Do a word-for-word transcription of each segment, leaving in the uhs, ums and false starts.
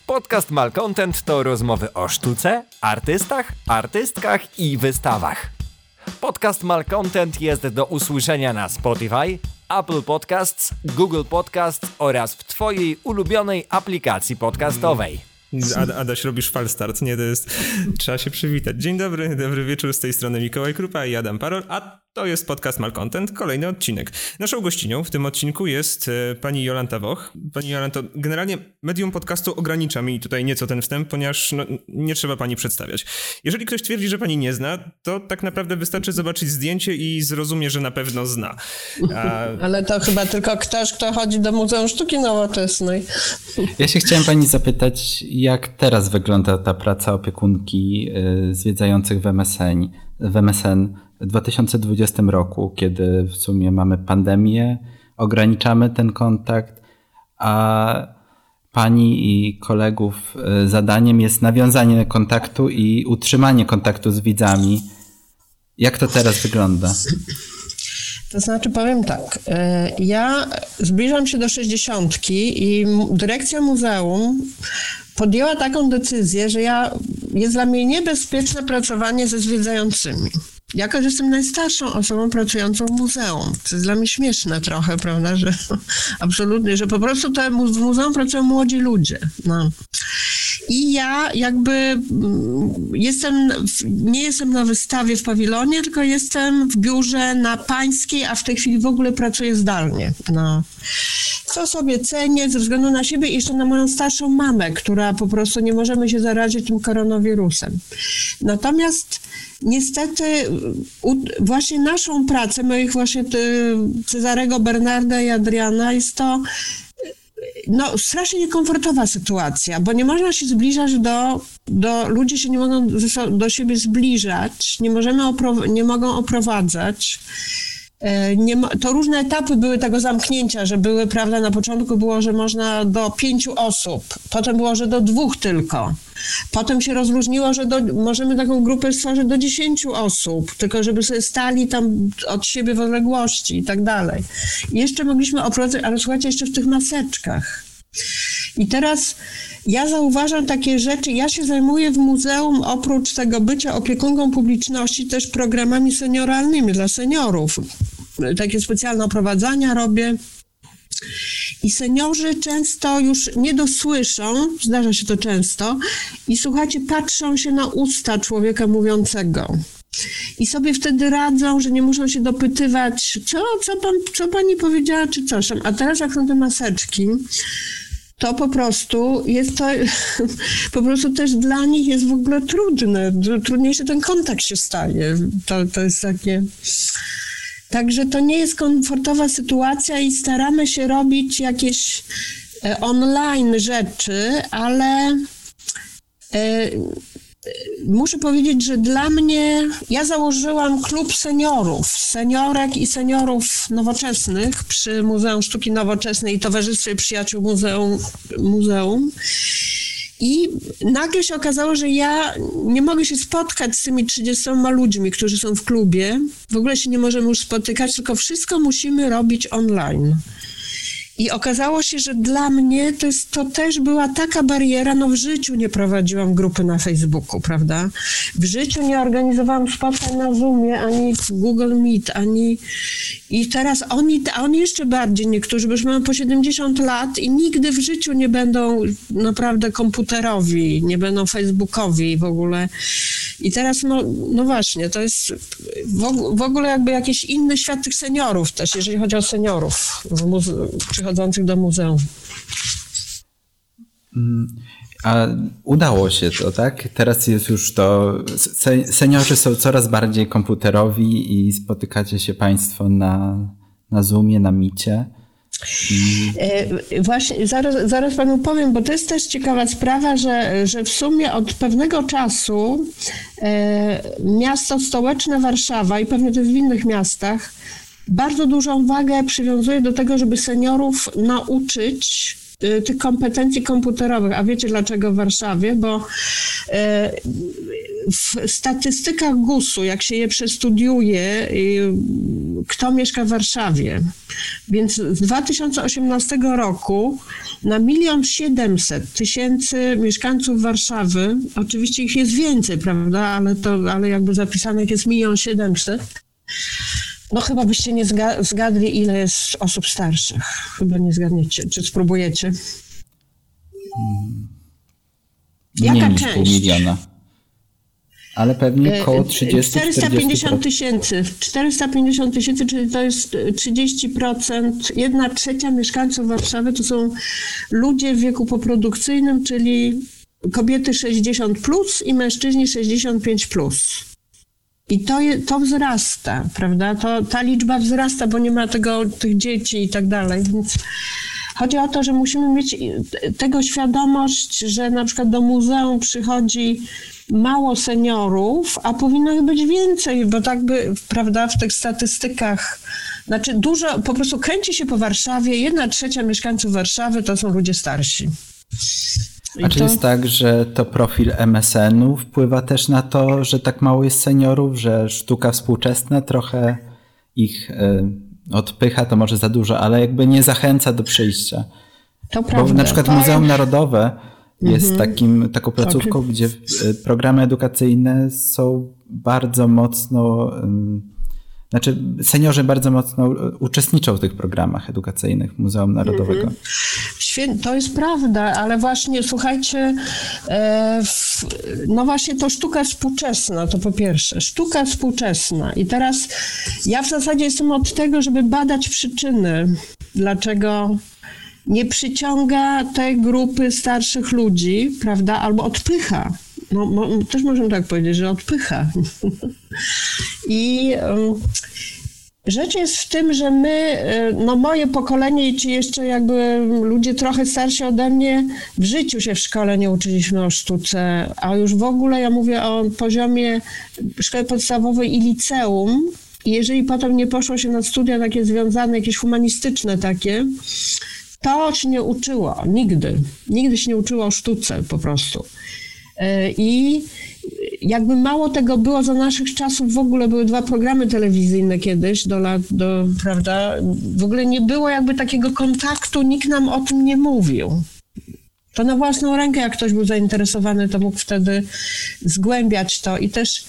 Podcast Malcontent to rozmowy o sztuce, artystach, artystkach i wystawach. Podcast Malcontent jest do usłyszenia na Spotify, Apple Podcasts, Google Podcasts oraz w Twojej ulubionej aplikacji podcastowej. Ad, Adaś, robisz falstart, nie? To jest... Trzeba się przywitać. Dzień dobry, dobry wieczór, z tej strony Mikołaj Krupa i Adam Parol, a to jest podcast Malcontent, kolejny odcinek. Naszą gościnią w tym odcinku jest e, pani Jolanta Woch. Pani Jolanto, generalnie medium podcastu ogranicza mi tutaj nieco ten wstęp, ponieważ no, nie trzeba pani przedstawiać. Jeżeli ktoś twierdzi, że pani nie zna, to tak naprawdę wystarczy zobaczyć zdjęcie i zrozumie, że na pewno zna. A... Ale to chyba tylko ktoś, kto chodzi do Muzeum Sztuki Nowoczesnej. Ja się chciałem pani zapytać, jak teraz wygląda ta praca opiekunki y, zwiedzających w M S N, w M S N w dwa tysiące dwudziestym roku, kiedy w sumie mamy pandemię, ograniczamy ten kontakt, a pani i kolegów y, zadaniem jest nawiązanie kontaktu i utrzymanie kontaktu z widzami. Jak to teraz wygląda? To znaczy, powiem tak, ja zbliżam się do sześćdziesiątki i dyrekcja muzeum podjęła taką decyzję, że ja, jest dla mnie niebezpieczne pracowanie ze zwiedzającymi. Jako, że jestem najstarszą osobą pracującą w muzeum. To jest dla mnie śmieszne trochę, prawda, że absolutnie, że po prostu to w muzeum pracują młodzi ludzie. No. I ja jakby jestem, nie jestem na wystawie w pawilonie, tylko jestem w biurze na Pańskiej, a w tej chwili w ogóle pracuję zdalnie. No. Co sobie cenię ze względu na siebie i jeszcze na moją starszą mamę, która po prostu nie możemy się zarazić tym koronawirusem. Natomiast niestety właśnie naszą pracę, moich właśnie Cezarego, Bernarda i Adriana, jest to no, strasznie niekomfortowa sytuacja, bo nie można się zbliżać do, do ludzi się nie mogą do siebie zbliżać, nie możemy opro, nie mogą oprowadzać. Nie ma, to różne etapy były tego zamknięcia, że były, prawda, na początku było, że można do pięciu osób, potem było, że do dwóch tylko. Potem się rozluźniło, że do, możemy taką grupę stworzyć do dziesięciu osób, tylko żeby sobie stali tam od siebie w odległości i tak dalej. I jeszcze mogliśmy oprowadzać, ale słuchajcie, jeszcze w tych maseczkach. I teraz ja zauważam takie rzeczy, ja się zajmuję w muzeum oprócz tego bycia opiekunką publiczności też programami senioralnymi dla seniorów. Takie specjalne oprowadzania robię. I seniorzy często już nie dosłyszą, zdarza się to często, i słuchajcie, patrzą się na usta człowieka mówiącego. I sobie wtedy radzą, że nie muszą się dopytywać, co, co, pan, co pani powiedziała, czy coś tam. A teraz jak są te maseczki, to po prostu jest to, po prostu też dla nich jest w ogóle trudne, trudniejszy ten kontakt się staje. To, to jest takie... Także to nie jest komfortowa sytuacja i staramy się robić jakieś online rzeczy, ale e, muszę powiedzieć, że dla mnie, ja założyłam klub seniorów, seniorek i seniorów nowoczesnych przy Muzeum Sztuki Nowoczesnej i Towarzystwie Przyjaciół Muzeum, Muzeum. I nagle się okazało, że ja nie mogę się spotkać z tymi trzydziestoma ludźmi, którzy są w klubie. W ogóle się nie możemy już spotykać, tylko wszystko musimy robić online. I okazało się, że dla mnie to, jest, to też była taka bariera, no w życiu nie prowadziłam grupy na Facebooku, prawda? W życiu nie organizowałam spotkań na Zoomie, ani w Google Meet, ani... I teraz oni, a oni jeszcze bardziej, niektórzy, bo już mają po siedemdziesiąt lat i nigdy w życiu nie będą naprawdę komputerowi, nie będą facebookowi w ogóle. I teraz, no, no właśnie, to jest w, w ogóle jakby jakiś inny świat tych seniorów też, jeżeli chodzi o seniorów w muze- przychodzących do muzeum. A udało się to, tak? Teraz jest już to, seniorzy są coraz bardziej komputerowi i spotykacie się państwo na, na Zoomie, na Micie. I... Właśnie, zaraz, zaraz panu powiem, bo to jest też ciekawa sprawa, że, że w sumie od pewnego czasu e, miasto stołeczne Warszawa i pewnie też w innych miastach bardzo dużą wagę przywiązuje do tego, żeby seniorów nauczyć tych kompetencji komputerowych. A wiecie dlaczego w Warszawie? Bo w statystykach gusu, jak się je przestudiuje, kto mieszka w Warszawie, więc z dwa tysiące osiemnastego roku na milion siedemset tysięcy mieszkańców Warszawy, oczywiście ich jest więcej, prawda, ale to, ale jakby zapisanych jest milion siedemset, no chyba byście nie zgadli, ile jest osób starszych. Chyba nie zgadniecie. Czy spróbujecie? Hmm. Jaka Mniej niż część? Pół miliona. Ale pewnie około trzydzieści do czterdziestu czterysta pięćdziesiąt tysięcy. czterysta pięćdziesiąt tysięcy, czyli to jest trzydzieści procent. Jedna trzecia mieszkańców Warszawy to są ludzie w wieku poprodukcyjnym, czyli kobiety sześćdziesiąt plus i mężczyźni sześćdziesiąt pięć plus. I to, je, to wzrasta, prawda? To, ta liczba wzrasta, bo nie ma tego, tych dzieci i tak dalej, więc chodzi o to, że musimy mieć tego świadomość, że na przykład do muzeum przychodzi mało seniorów, a powinno ich być więcej, bo tak by, prawda, w tych statystykach, znaczy dużo, po prostu kręci się po Warszawie, jedna trzecia mieszkańców Warszawy to są ludzie starsi. I A czy to... jest tak, że to profil M S N-u wpływa też na to, że tak mało jest seniorów, że sztuka współczesna trochę ich y, odpycha, to może za dużo, ale jakby nie zachęca do przyjścia. To prawda. Bo na przykład to... Muzeum Narodowe jest mhm. takim, taką placówką, gdzie y, programy edukacyjne są bardzo mocno... Y, Znaczy, seniorzy bardzo mocno uczestniczą w tych programach edukacyjnych Muzeum Narodowego. Mhm. Świę- to jest prawda, ale właśnie, słuchajcie, e, w, no właśnie to sztuka współczesna, to po pierwsze, sztuka współczesna. I teraz ja w zasadzie jestem od tego, żeby badać przyczyny, dlaczego nie przyciąga tej grupy starszych ludzi, prawda, albo odpycha. No, mo, też możemy tak powiedzieć, że odpycha. I um, rzecz jest w tym, że my, no moje pokolenie i ci jeszcze jakby ludzie trochę starsi ode mnie, w życiu się w szkole nie uczyliśmy o sztuce, a już w ogóle ja mówię o poziomie szkoły podstawowej i liceum. I jeżeli potem nie poszło się na studia takie związane, jakieś humanistyczne takie, to się nie uczyło, nigdy. Nigdy się nie uczyło o sztuce po prostu. I jakby mało tego było za naszych czasów, w ogóle były dwa programy telewizyjne kiedyś, do lat, do, prawda, w ogóle nie było jakby takiego kontaktu, nikt nam o tym nie mówił. To na własną rękę, jak ktoś był zainteresowany, to mógł wtedy zgłębiać to i też,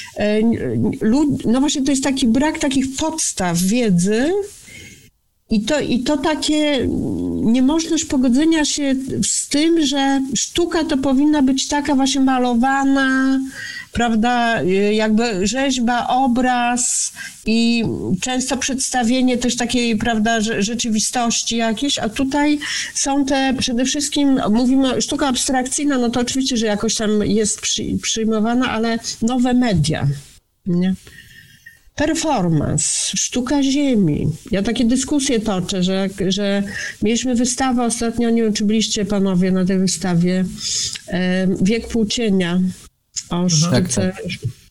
no właśnie to jest taki brak takich podstaw wiedzy, I to, I to takie niemożność pogodzenia się z tym, że sztuka to powinna być taka właśnie malowana, prawda, jakby rzeźba, obraz i często przedstawienie też takiej, prawda, rzeczywistości jakiejś, a tutaj są te przede wszystkim, mówimy sztuka abstrakcyjna, no to oczywiście, że jakoś tam jest przy, przyjmowana, ale nowe media, nie? Performance, sztuka ziemi. Ja takie dyskusje toczę, że, że mieliśmy wystawę ostatnio, nie wiem, czy byliście panowie na tej wystawie, e, Wiek Płócienia o sztuce. Tak, tak.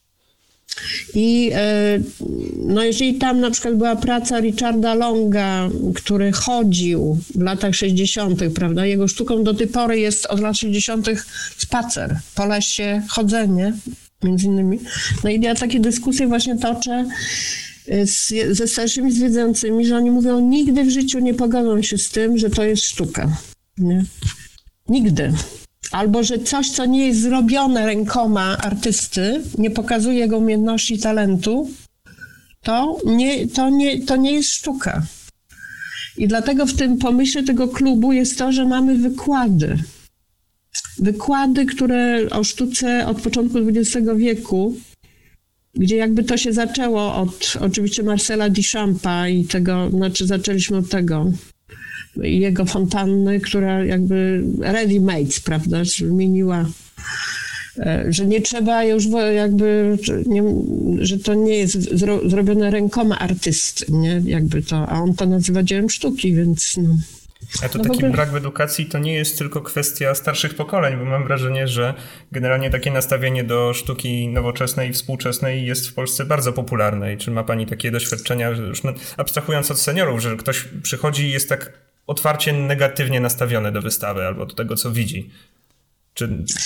I e, no jeżeli tam na przykład była praca Richarda Longa, który chodził w latach sześćdziesiątych, prawda, jego sztuką do tej pory jest od lat sześćdziesiątych spacer po lesie, chodzenie. Między innymi. No i ja takie dyskusje właśnie toczę z, ze starszymi zwiedzającymi, że oni mówią, nigdy w życiu nie pogodzą się z tym, że to jest sztuka. Nie? Nigdy. Albo, że coś, co nie jest zrobione rękoma artysty, nie pokazuje jego umiejętności i talentu, to nie, to nie, to nie jest sztuka. I dlatego w tym pomyśle tego klubu jest to, że mamy wykłady. Wykłady, które o sztuce od początku dwudziestego wieku, gdzie jakby to się zaczęło od oczywiście Marcela Duchampa i tego, znaczy zaczęliśmy od tego, jego fontanny, która jakby ready-made, prawda, zmieniła, że nie trzeba już jakby, nie, że to nie jest zro, zrobione rękoma artysty, nie, jakby to, a on to nazywa dziełem sztuki, więc no. A to no taki ogóle... brak w edukacji to nie jest tylko kwestia starszych pokoleń, bo mam wrażenie, że generalnie takie nastawienie do sztuki nowoczesnej i współczesnej jest w Polsce bardzo popularne. I czy ma pani takie doświadczenia, że już abstrahując od seniorów, że ktoś przychodzi i jest tak otwarcie negatywnie nastawiony do wystawy albo do tego, co widzi? Czy...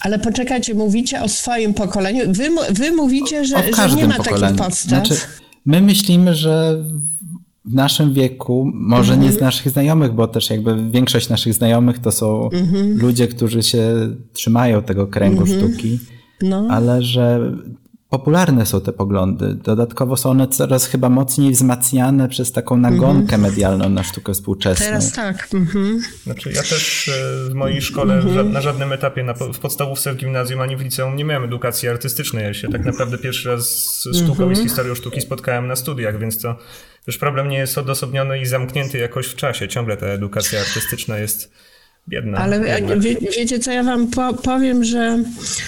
Ale poczekajcie, mówicie o swoim pokoleniu. Wy, wy mówicie, że, o że nie ma pokoleniu. takich podstaw. Znaczy, my myślimy, że w naszym wieku, może mm-hmm. nie z naszych znajomych, bo też jakby większość naszych znajomych to są mm-hmm. ludzie, którzy się trzymają tego kręgu mm-hmm. sztuki, no. ale że popularne są te poglądy. Dodatkowo są one coraz chyba mocniej wzmacniane przez taką nagonkę mm-hmm. medialną na sztukę współczesną. Teraz tak. Mm-hmm. Znaczy ja też w mojej szkole mm-hmm. na żadnym etapie na, w podstawówce, w gimnazjum ani w liceum nie miałem edukacji artystycznej. Ja się tak naprawdę pierwszy raz z sztuką mm-hmm. i z historią sztuki spotkałem na studiach, więc to już problem nie jest odosobniony i zamknięty jakoś w czasie. Ciągle ta edukacja artystyczna jest biedna. Ale wie, wiecie co, ja wam po, powiem, że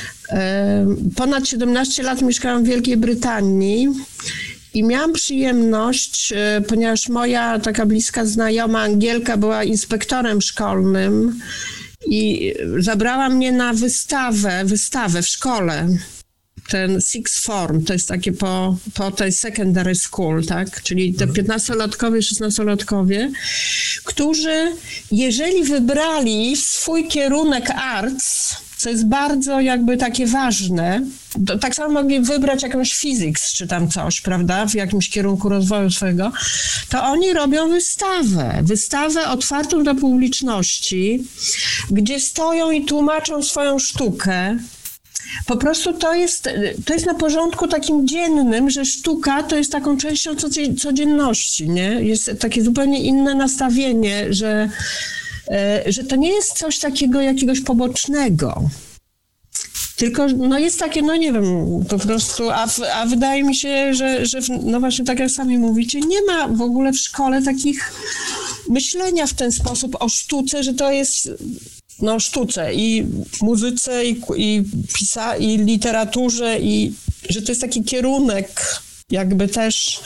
e, ponad siedemnaście lat mieszkałam w Wielkiej Brytanii i miałam przyjemność, e, ponieważ moja taka bliska znajoma Angielka była inspektorem szkolnym i zabrała mnie na wystawę, wystawę w szkole. Ten sixth form, to jest takie po, po tej secondary school, tak? Czyli te piętnastolatkowie, szesnastolatkowie, którzy jeżeli wybrali swój kierunek arts, co jest bardzo jakby takie ważne, to tak samo mogli wybrać jakąś physics czy tam coś, prawda, w jakimś kierunku rozwoju swojego, to oni robią wystawę, wystawę otwartą do publiczności, gdzie stoją i tłumaczą swoją sztukę. Po prostu to jest, to jest na porządku takim dziennym, że sztuka to jest taką częścią codzienności, nie? Jest takie zupełnie inne nastawienie, że, że to nie jest coś takiego jakiegoś pobocznego. Tylko no jest takie, no nie wiem, po prostu, a, a wydaje mi się, że, że no właśnie tak jak sami mówicie, nie ma w ogóle w szkole takich myślenia w ten sposób o sztuce, że to jest... No sztuce i muzyce i, i, pisa, i literaturze i że to jest taki kierunek jakby też,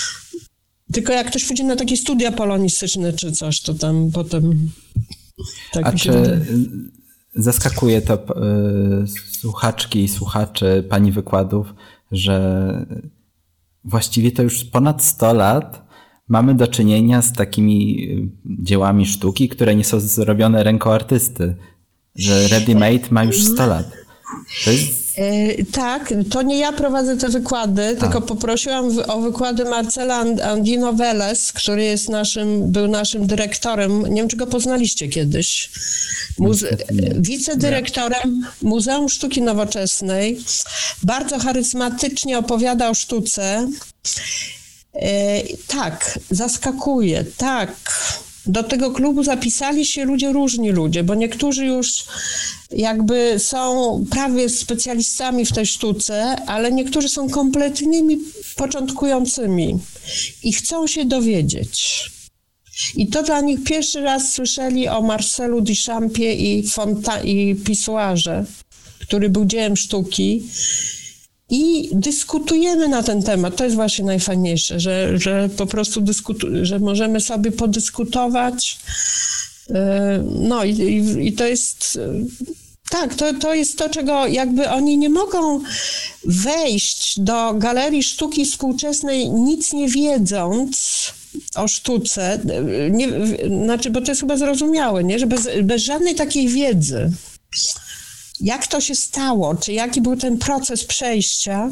tylko jak ktoś pójdzie na takie studia polonistyczne czy coś, to tam potem tak A mi się czy wydaje. Zaskakuje to y, słuchaczki i słuchaczy pani wykładów, że właściwie to już ponad sto lat mamy do czynienia z takimi dziełami sztuki, które nie są zrobione ręką artysty, że ready-made ma już sto lat. To jest... E, tak, to nie ja prowadzę te wykłady, A. tylko poprosiłam w, o wykłady Marcela Andino Velez, który jest naszym, był naszym dyrektorem, nie wiem czy go poznaliście kiedyś, Muze- wicedyrektorem nie. Muzeum Sztuki Nowoczesnej, bardzo charyzmatycznie opowiada o sztuce. E, tak, zaskakuje, tak. Do tego klubu zapisali się ludzie, różni ludzie, bo niektórzy już jakby są prawie specjalistami w tej sztuce, ale niektórzy są kompletnymi początkującymi i chcą się dowiedzieć. I to dla nich pierwszy raz słyszeli o Marcelu Duchampie i, Fonta- i Pissoirze, który był dziełem sztuki. I dyskutujemy na ten temat. To jest właśnie najfajniejsze, że, że po prostu dyskutu- że możemy sobie podyskutować. No i, i, i to jest... Tak, to, to jest to, czego jakby oni nie mogą wejść do Galerii Sztuki Współczesnej nic nie wiedząc o sztuce. Nie, znaczy, bo to jest chyba zrozumiałe, nie? Że bez, bez żadnej takiej wiedzy, jak to się stało, czy jaki był ten proces przejścia,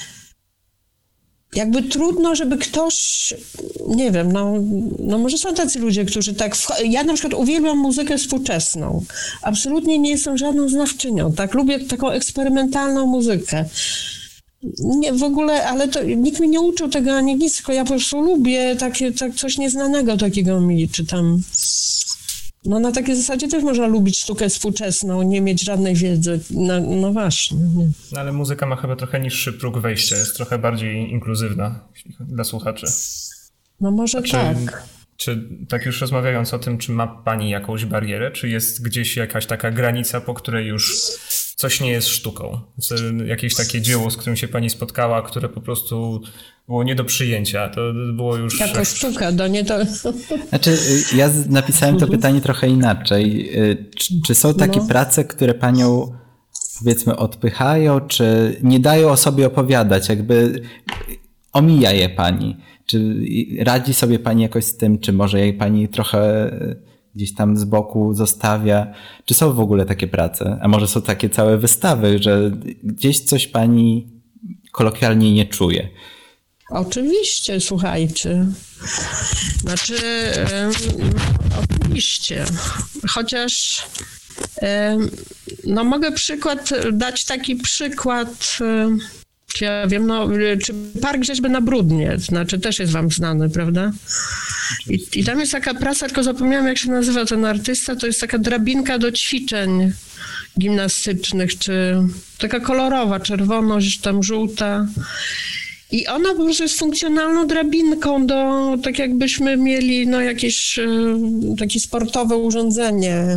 jakby trudno, żeby ktoś, nie wiem, no, no może są tacy ludzie, którzy tak, wch- ja na przykład uwielbiam muzykę współczesną, absolutnie nie jestem żadną znawczynią, tak, lubię taką eksperymentalną muzykę. Nie, w ogóle, ale to nikt mi nie uczył tego ani nic, tylko ja po prostu lubię takie, tak, coś nieznanego takiego mi, czy tam... No na takiej zasadzie też można lubić sztukę współczesną, nie mieć żadnej wiedzy. No, no właśnie. Nie. No ale muzyka ma chyba trochę niższy próg wejścia, jest trochę bardziej inkluzywna dla słuchaczy. No może czy, tak. Czy tak już rozmawiając o tym, czy ma pani jakąś barierę, czy jest gdzieś jakaś taka granica, po której już coś nie jest sztuką? Jakieś takie dzieło, z którym się pani spotkała, które po prostu było nie do przyjęcia, to było już... Jako sztuka, do nie to... Znaczy, ja napisałem to pytanie trochę inaczej. Czy, czy są takie no. prace, które panią, powiedzmy, odpychają, czy nie dają o sobie opowiadać, jakby omija je pani? Czy radzi sobie pani jakoś z tym, czy może jej pani trochę gdzieś tam z boku zostawia. Czy są w ogóle takie prace? A może są takie całe wystawy, że gdzieś coś pani kolokwialnie nie czuje? Oczywiście, słuchajcie. Znaczy, um, oczywiście. Chociaż um, no mogę przykład, dać taki przykład, um, czy ja wiem, no, czy Park Rzeźby na Bródnie, znaczy też jest wam znany, prawda? I, I tam jest taka praca, tylko zapomniałam, jak się nazywa ten artysta, to jest taka drabinka do ćwiczeń gimnastycznych, czy taka kolorowa, czerwono, tam żółta. I ona po prostu jest funkcjonalną drabinką do, tak jakbyśmy mieli no jakieś takie sportowe urządzenie.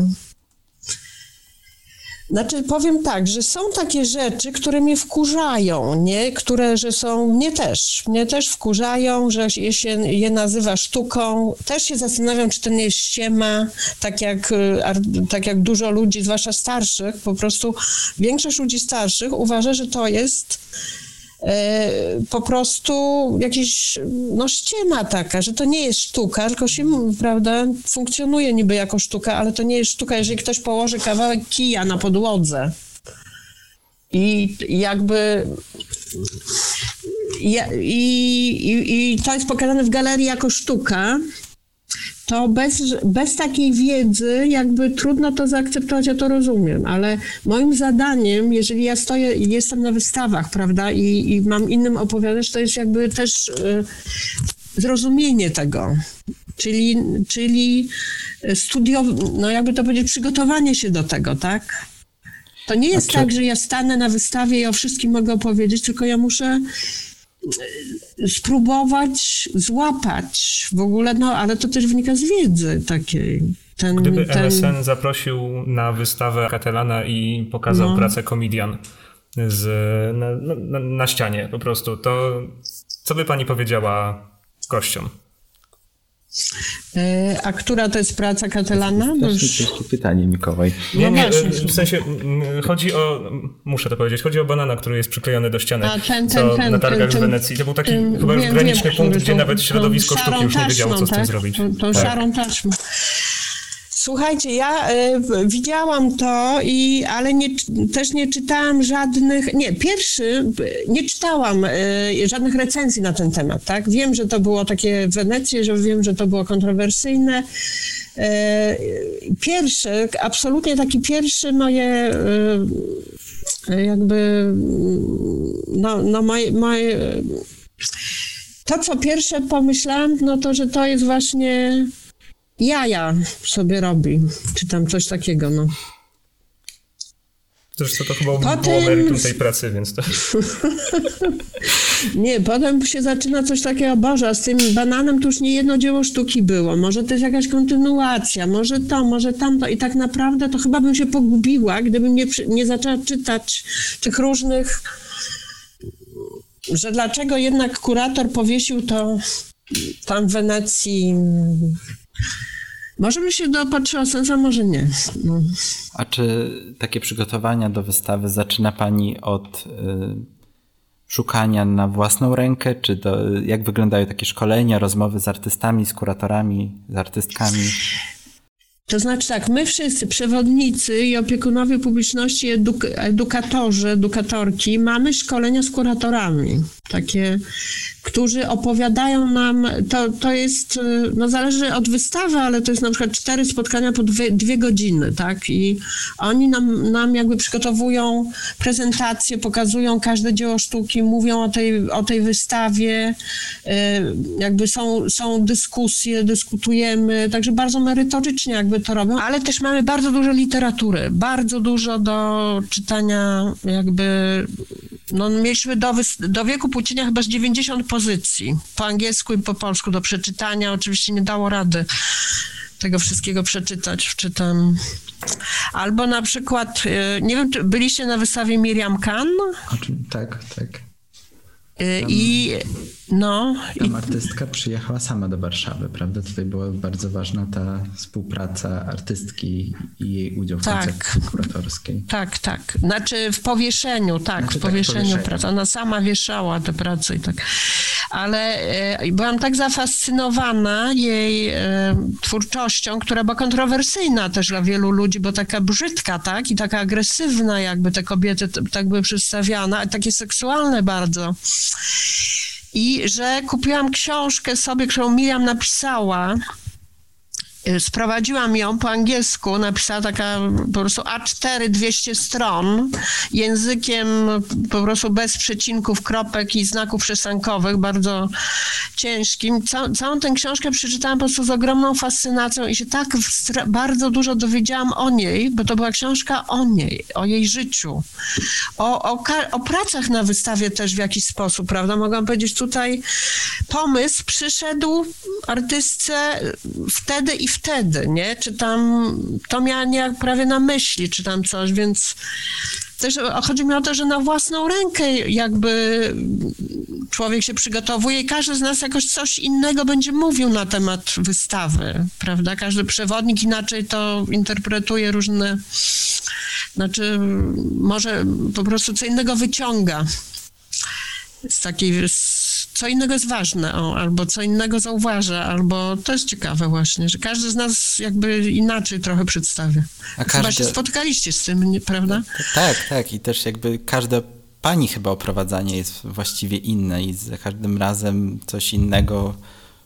Znaczy powiem tak, że są takie rzeczy, które mnie wkurzają, nie? Które, że są, mnie też, mnie też wkurzają, że się je nazywa sztuką. Też się zastanawiam, czy to nie jest ściema, tak jak, tak jak dużo ludzi, zwłaszcza starszych, po prostu większość ludzi starszych uważa, że to jest po prostu jakieś, no ściema taka, że to nie jest sztuka, tylko się, prawda, funkcjonuje niby jako sztuka, ale to nie jest sztuka, jeżeli ktoś położy kawałek kija na podłodze i jakby i, i, i to jest pokazane w galerii jako sztuka, to bez, bez takiej wiedzy jakby trudno to zaakceptować, ja to rozumiem, ale moim zadaniem, jeżeli ja stoję i jestem na wystawach, prawda, i, i mam innym opowiadać, to jest jakby też y, zrozumienie tego, czyli, czyli studio, no jakby to powiedzieć, przygotowanie się do tego, tak? To nie jest tak, że ja stanę na wystawie i o wszystkim mogę opowiedzieć, tylko ja muszę spróbować złapać w ogóle, no ale to też wynika z wiedzy takiej. Ten, Gdyby ten... M S N zaprosił na wystawę Catalana i pokazał no. pracę Comedian z, na, na, na ścianie po prostu, to co by pani powiedziała gościom? A która to jest praca Catalana? To jest ciężkie pytanie, Mikołaj. Nie, nie, w sensie chodzi o, muszę to powiedzieć, chodzi o banana, który jest przyklejony do ściany, A, ten, ten, co ten, na targach ten, w Wenecji. To był taki ten, chyba już graniczny wiem, punkt, gdzie tą, nawet środowisko sztuki już nie wiedziało, co z tak? tym zrobić. Tą, tą tak. szarą taśmą. Słuchajcie, ja y, widziałam to, i, ale nie, też nie czytałam żadnych, nie, pierwszy, nie czytałam y, żadnych recenzji na ten temat, tak? Wiem, że to było takie w Wenecji, że wiem, że to było kontrowersyjne. Y, pierwszy, absolutnie taki pierwszy moje, y, jakby, no, no moje, moje, to co pierwsze pomyślałam, no to, że to jest właśnie... Jaja sobie robi, czy tam coś takiego, no. Zresztą to chyba potem... było meritum tej pracy, więc to... Nie, potem się zaczyna coś takiego, Boże, a z tym bananem to już nie jedno dzieło sztuki było, może to jest jakaś kontynuacja, może to, może tamto i tak naprawdę to chyba bym się pogubiła, gdybym nie, nie zaczęła czytać tych różnych, że dlaczego jednak kurator powiesił to tam w Wenecji... Może by się dopatrzyła sensa, może nie. No. A czy takie przygotowania do wystawy zaczyna pani od y, szukania na własną rękę? Czy to, jak wyglądają takie szkolenia, rozmowy z artystami, z kuratorami, z artystkami? To znaczy tak, my wszyscy, przewodnicy i opiekunowie publiczności, eduk- edukatorzy, edukatorki, mamy szkolenia z kuratorami, takie, którzy opowiadają nam, to, to jest, no zależy od wystawy, ale to jest na przykład cztery spotkania po dwie, dwie godziny, tak, i oni nam, nam jakby przygotowują prezentacje, pokazują każde dzieło sztuki, mówią o tej, o tej wystawie, jakby są, są dyskusje, dyskutujemy, także bardzo merytorycznie jakby to robią, ale też mamy bardzo dużo literatury, bardzo dużo do czytania, jakby, no mieliśmy do, do wieku płócienia chyba z dziewięćdziesiąt pozycji, po angielsku i po polsku do przeczytania, oczywiście nie dało rady tego wszystkiego przeczytać, wczytam. Albo na przykład, nie wiem, czy byliście na wystawie Miriam Kan? Tak, tak. I no... Tam i... artystka przyjechała sama do Warszawy, prawda? Tutaj była bardzo ważna ta współpraca artystki i jej udział w tak. koncepcji kuratorskiej. Tak, tak. Znaczy w powieszeniu, tak, znaczy, w powieszeniu, tak, powieszeniu pracy. Ona sama wieszała te prace i tak. Ale e, byłam tak zafascynowana jej e, twórczością, która była kontrowersyjna też dla wielu ludzi, bo taka brzydka, tak? I taka agresywna jakby te kobiety t- tak były przedstawiane, a takie seksualne bardzo. I że kupiłam książkę sobie, którą Miriam napisała. Sprowadziłam ją po angielsku, napisała taka po prostu A cztery, dwieście stron, językiem po prostu bez przecinków, kropek i znaków przestankowych, bardzo ciężkim. Ca- całą tę książkę przeczytałam po prostu z ogromną fascynacją i się tak stra- bardzo dużo dowiedziałam o niej, bo to była książka o niej, o jej życiu, o, o, ka- o pracach na wystawie też w jakiś sposób, prawda? Mogłam powiedzieć, tutaj pomysł przyszedł artystce wtedy i wtedy, nie? Czy tam, to miała nie prawie na myśli, czy tam coś, więc też chodzi mi o to, że na własną rękę jakby człowiek się przygotowuje i każdy z nas jakoś coś innego będzie mówił na temat wystawy, prawda? Każdy przewodnik inaczej to interpretuje różne, znaczy może po prostu co innego wyciąga z takiej, co innego jest ważne, o, albo co innego zauważa, albo to jest ciekawe właśnie, że każdy z nas jakby inaczej trochę przedstawia. A każdy... Chyba się spotkaliście z tym, nie, prawda? Tak, tak i też jakby każda pani chyba oprowadzanie jest właściwie inne i za każdym razem coś innego.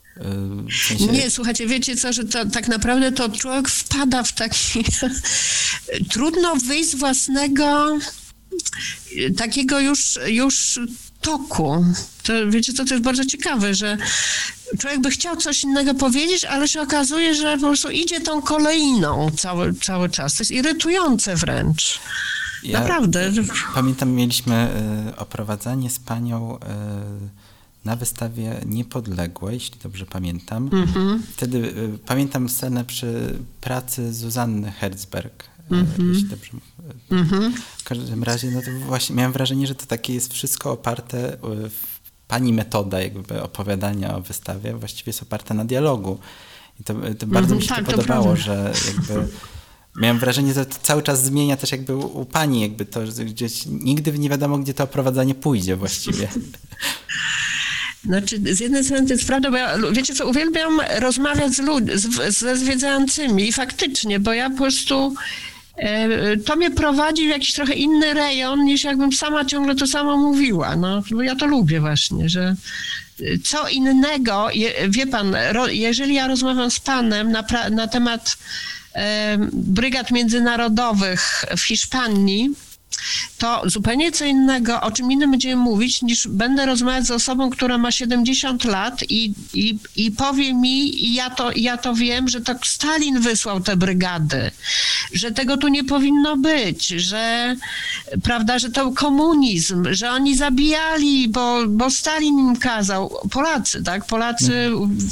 W sensie... Nie, słuchajcie, wiecie co, że to, tak naprawdę to człowiek wpada w taki... Trudno wyjść z własnego takiego już, już toku. To, wiecie co, to jest bardzo ciekawe, że człowiek by chciał coś innego powiedzieć, ale się okazuje, że po prostu idzie tą kolejną cały, cały czas. To jest irytujące wręcz. Ja Naprawdę. Pamiętam, mieliśmy y, oprowadzanie z panią y, na wystawie Niepodległe, jeśli dobrze pamiętam. Mm-hmm. Wtedy y, pamiętam scenę przy pracy Zuzanny Herzberg. Mm-hmm. Jeśli dobrze mm-hmm. W każdym razie, no to właśnie miałem wrażenie, że to takie jest wszystko oparte, w pani metoda jakby opowiadania o wystawie właściwie jest oparta na dialogu. I to, to bardzo mm-hmm, mi się tak, to podobało, to że jakby miałem wrażenie, że to cały czas zmienia też jakby u, u pani jakby to, że gdzieś nigdy nie wiadomo, gdzie to oprowadzanie pójdzie właściwie. Znaczy, z jednej strony to jest prawda, bo ja, wiecie co, uwielbiam rozmawiać z ludźmi, z, ze zwiedzającymi i faktycznie, bo ja po prostu e, to mnie prowadzi w jakiś trochę inny rejon, niż jakbym sama ciągle to samo mówiła, no, bo ja to lubię właśnie, że co innego, je, wie pan, ro, jeżeli ja rozmawiam z panem na, pra, na temat e, brygad międzynarodowych w Hiszpanii, to zupełnie co innego, o czym innym będziemy mówić, niż będę rozmawiać z osobą, która ma siedemdziesiąt lat i, i, i powie mi, i ja to, ja to wiem, że to Stalin wysłał te brygady, że tego tu nie powinno być, że, prawda, że to komunizm, że oni zabijali, bo, bo Stalin im kazał. Polacy, tak? Polacy.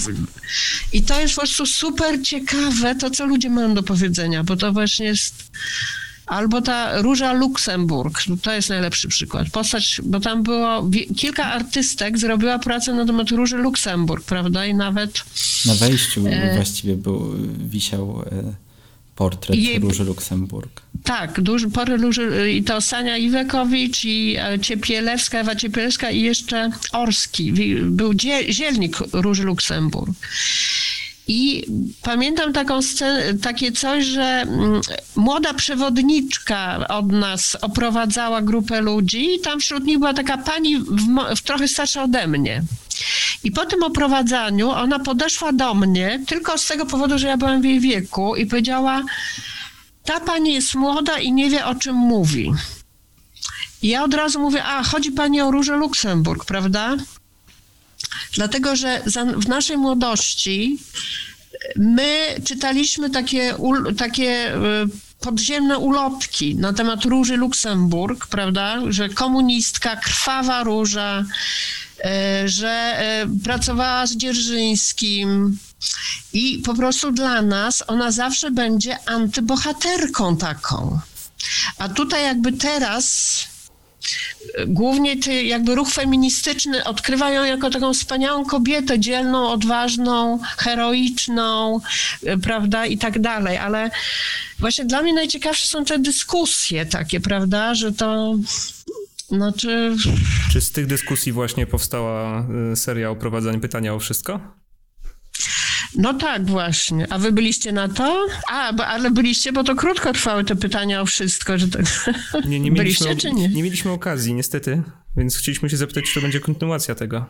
I to jest po prostu super ciekawe, to co ludzie mają do powiedzenia, bo to właśnie jest... Albo ta Róża Luksemburg, to jest najlepszy przykład. Postać, bo tam było kilka artystek, zrobiła pracę na temat Róży Luksemburg, prawda? I nawet... Na wejściu e... właściwie był, wisiał e, portret jej... Róży Luksemburg. Tak, duży portret Róży, i to Sania Iwekowicz, i Ciepielewska, Ewa Ciepielewska i jeszcze Orski. Był dzie... zielnik Róży Luksemburg. I pamiętam taką scenę, takie coś, że młoda przewodniczka od nas oprowadzała grupę ludzi i tam wśród nich była taka pani w, w trochę starsza ode mnie. I po tym oprowadzaniu ona podeszła do mnie tylko z tego powodu, że ja byłam w jej wieku i powiedziała: ta pani jest młoda i nie wie, o czym mówi. I ja od razu mówię: a, chodzi pani o Różę Luksemburg, prawda? Dlatego, że za, w naszej młodości my czytaliśmy takie, takie podziemne ulotki na temat Róży Luksemburg, prawda, że komunistka, krwawa róża, że pracowała z Dzierżyńskim i po prostu dla nas ona zawsze będzie antybohaterką taką. A tutaj jakby teraz głównie ty, jakby ruch feministyczny odkrywa ją jako taką wspaniałą kobietę, dzielną, odważną, heroiczną, prawda, i tak dalej, ale właśnie dla mnie najciekawsze są te dyskusje takie, prawda, że to... Znaczy... Czy z tych dyskusji właśnie powstała seria Oprowadzań pytania o wszystko? No tak, właśnie. A wy byliście na to? A, bo, ale byliście, bo to krótko trwały te pytania o wszystko. Że to... Nie, nie byliście, mieliśmy, czy nie? Nie mieliśmy okazji, niestety, więc chcieliśmy się zapytać, czy to będzie kontynuacja tego.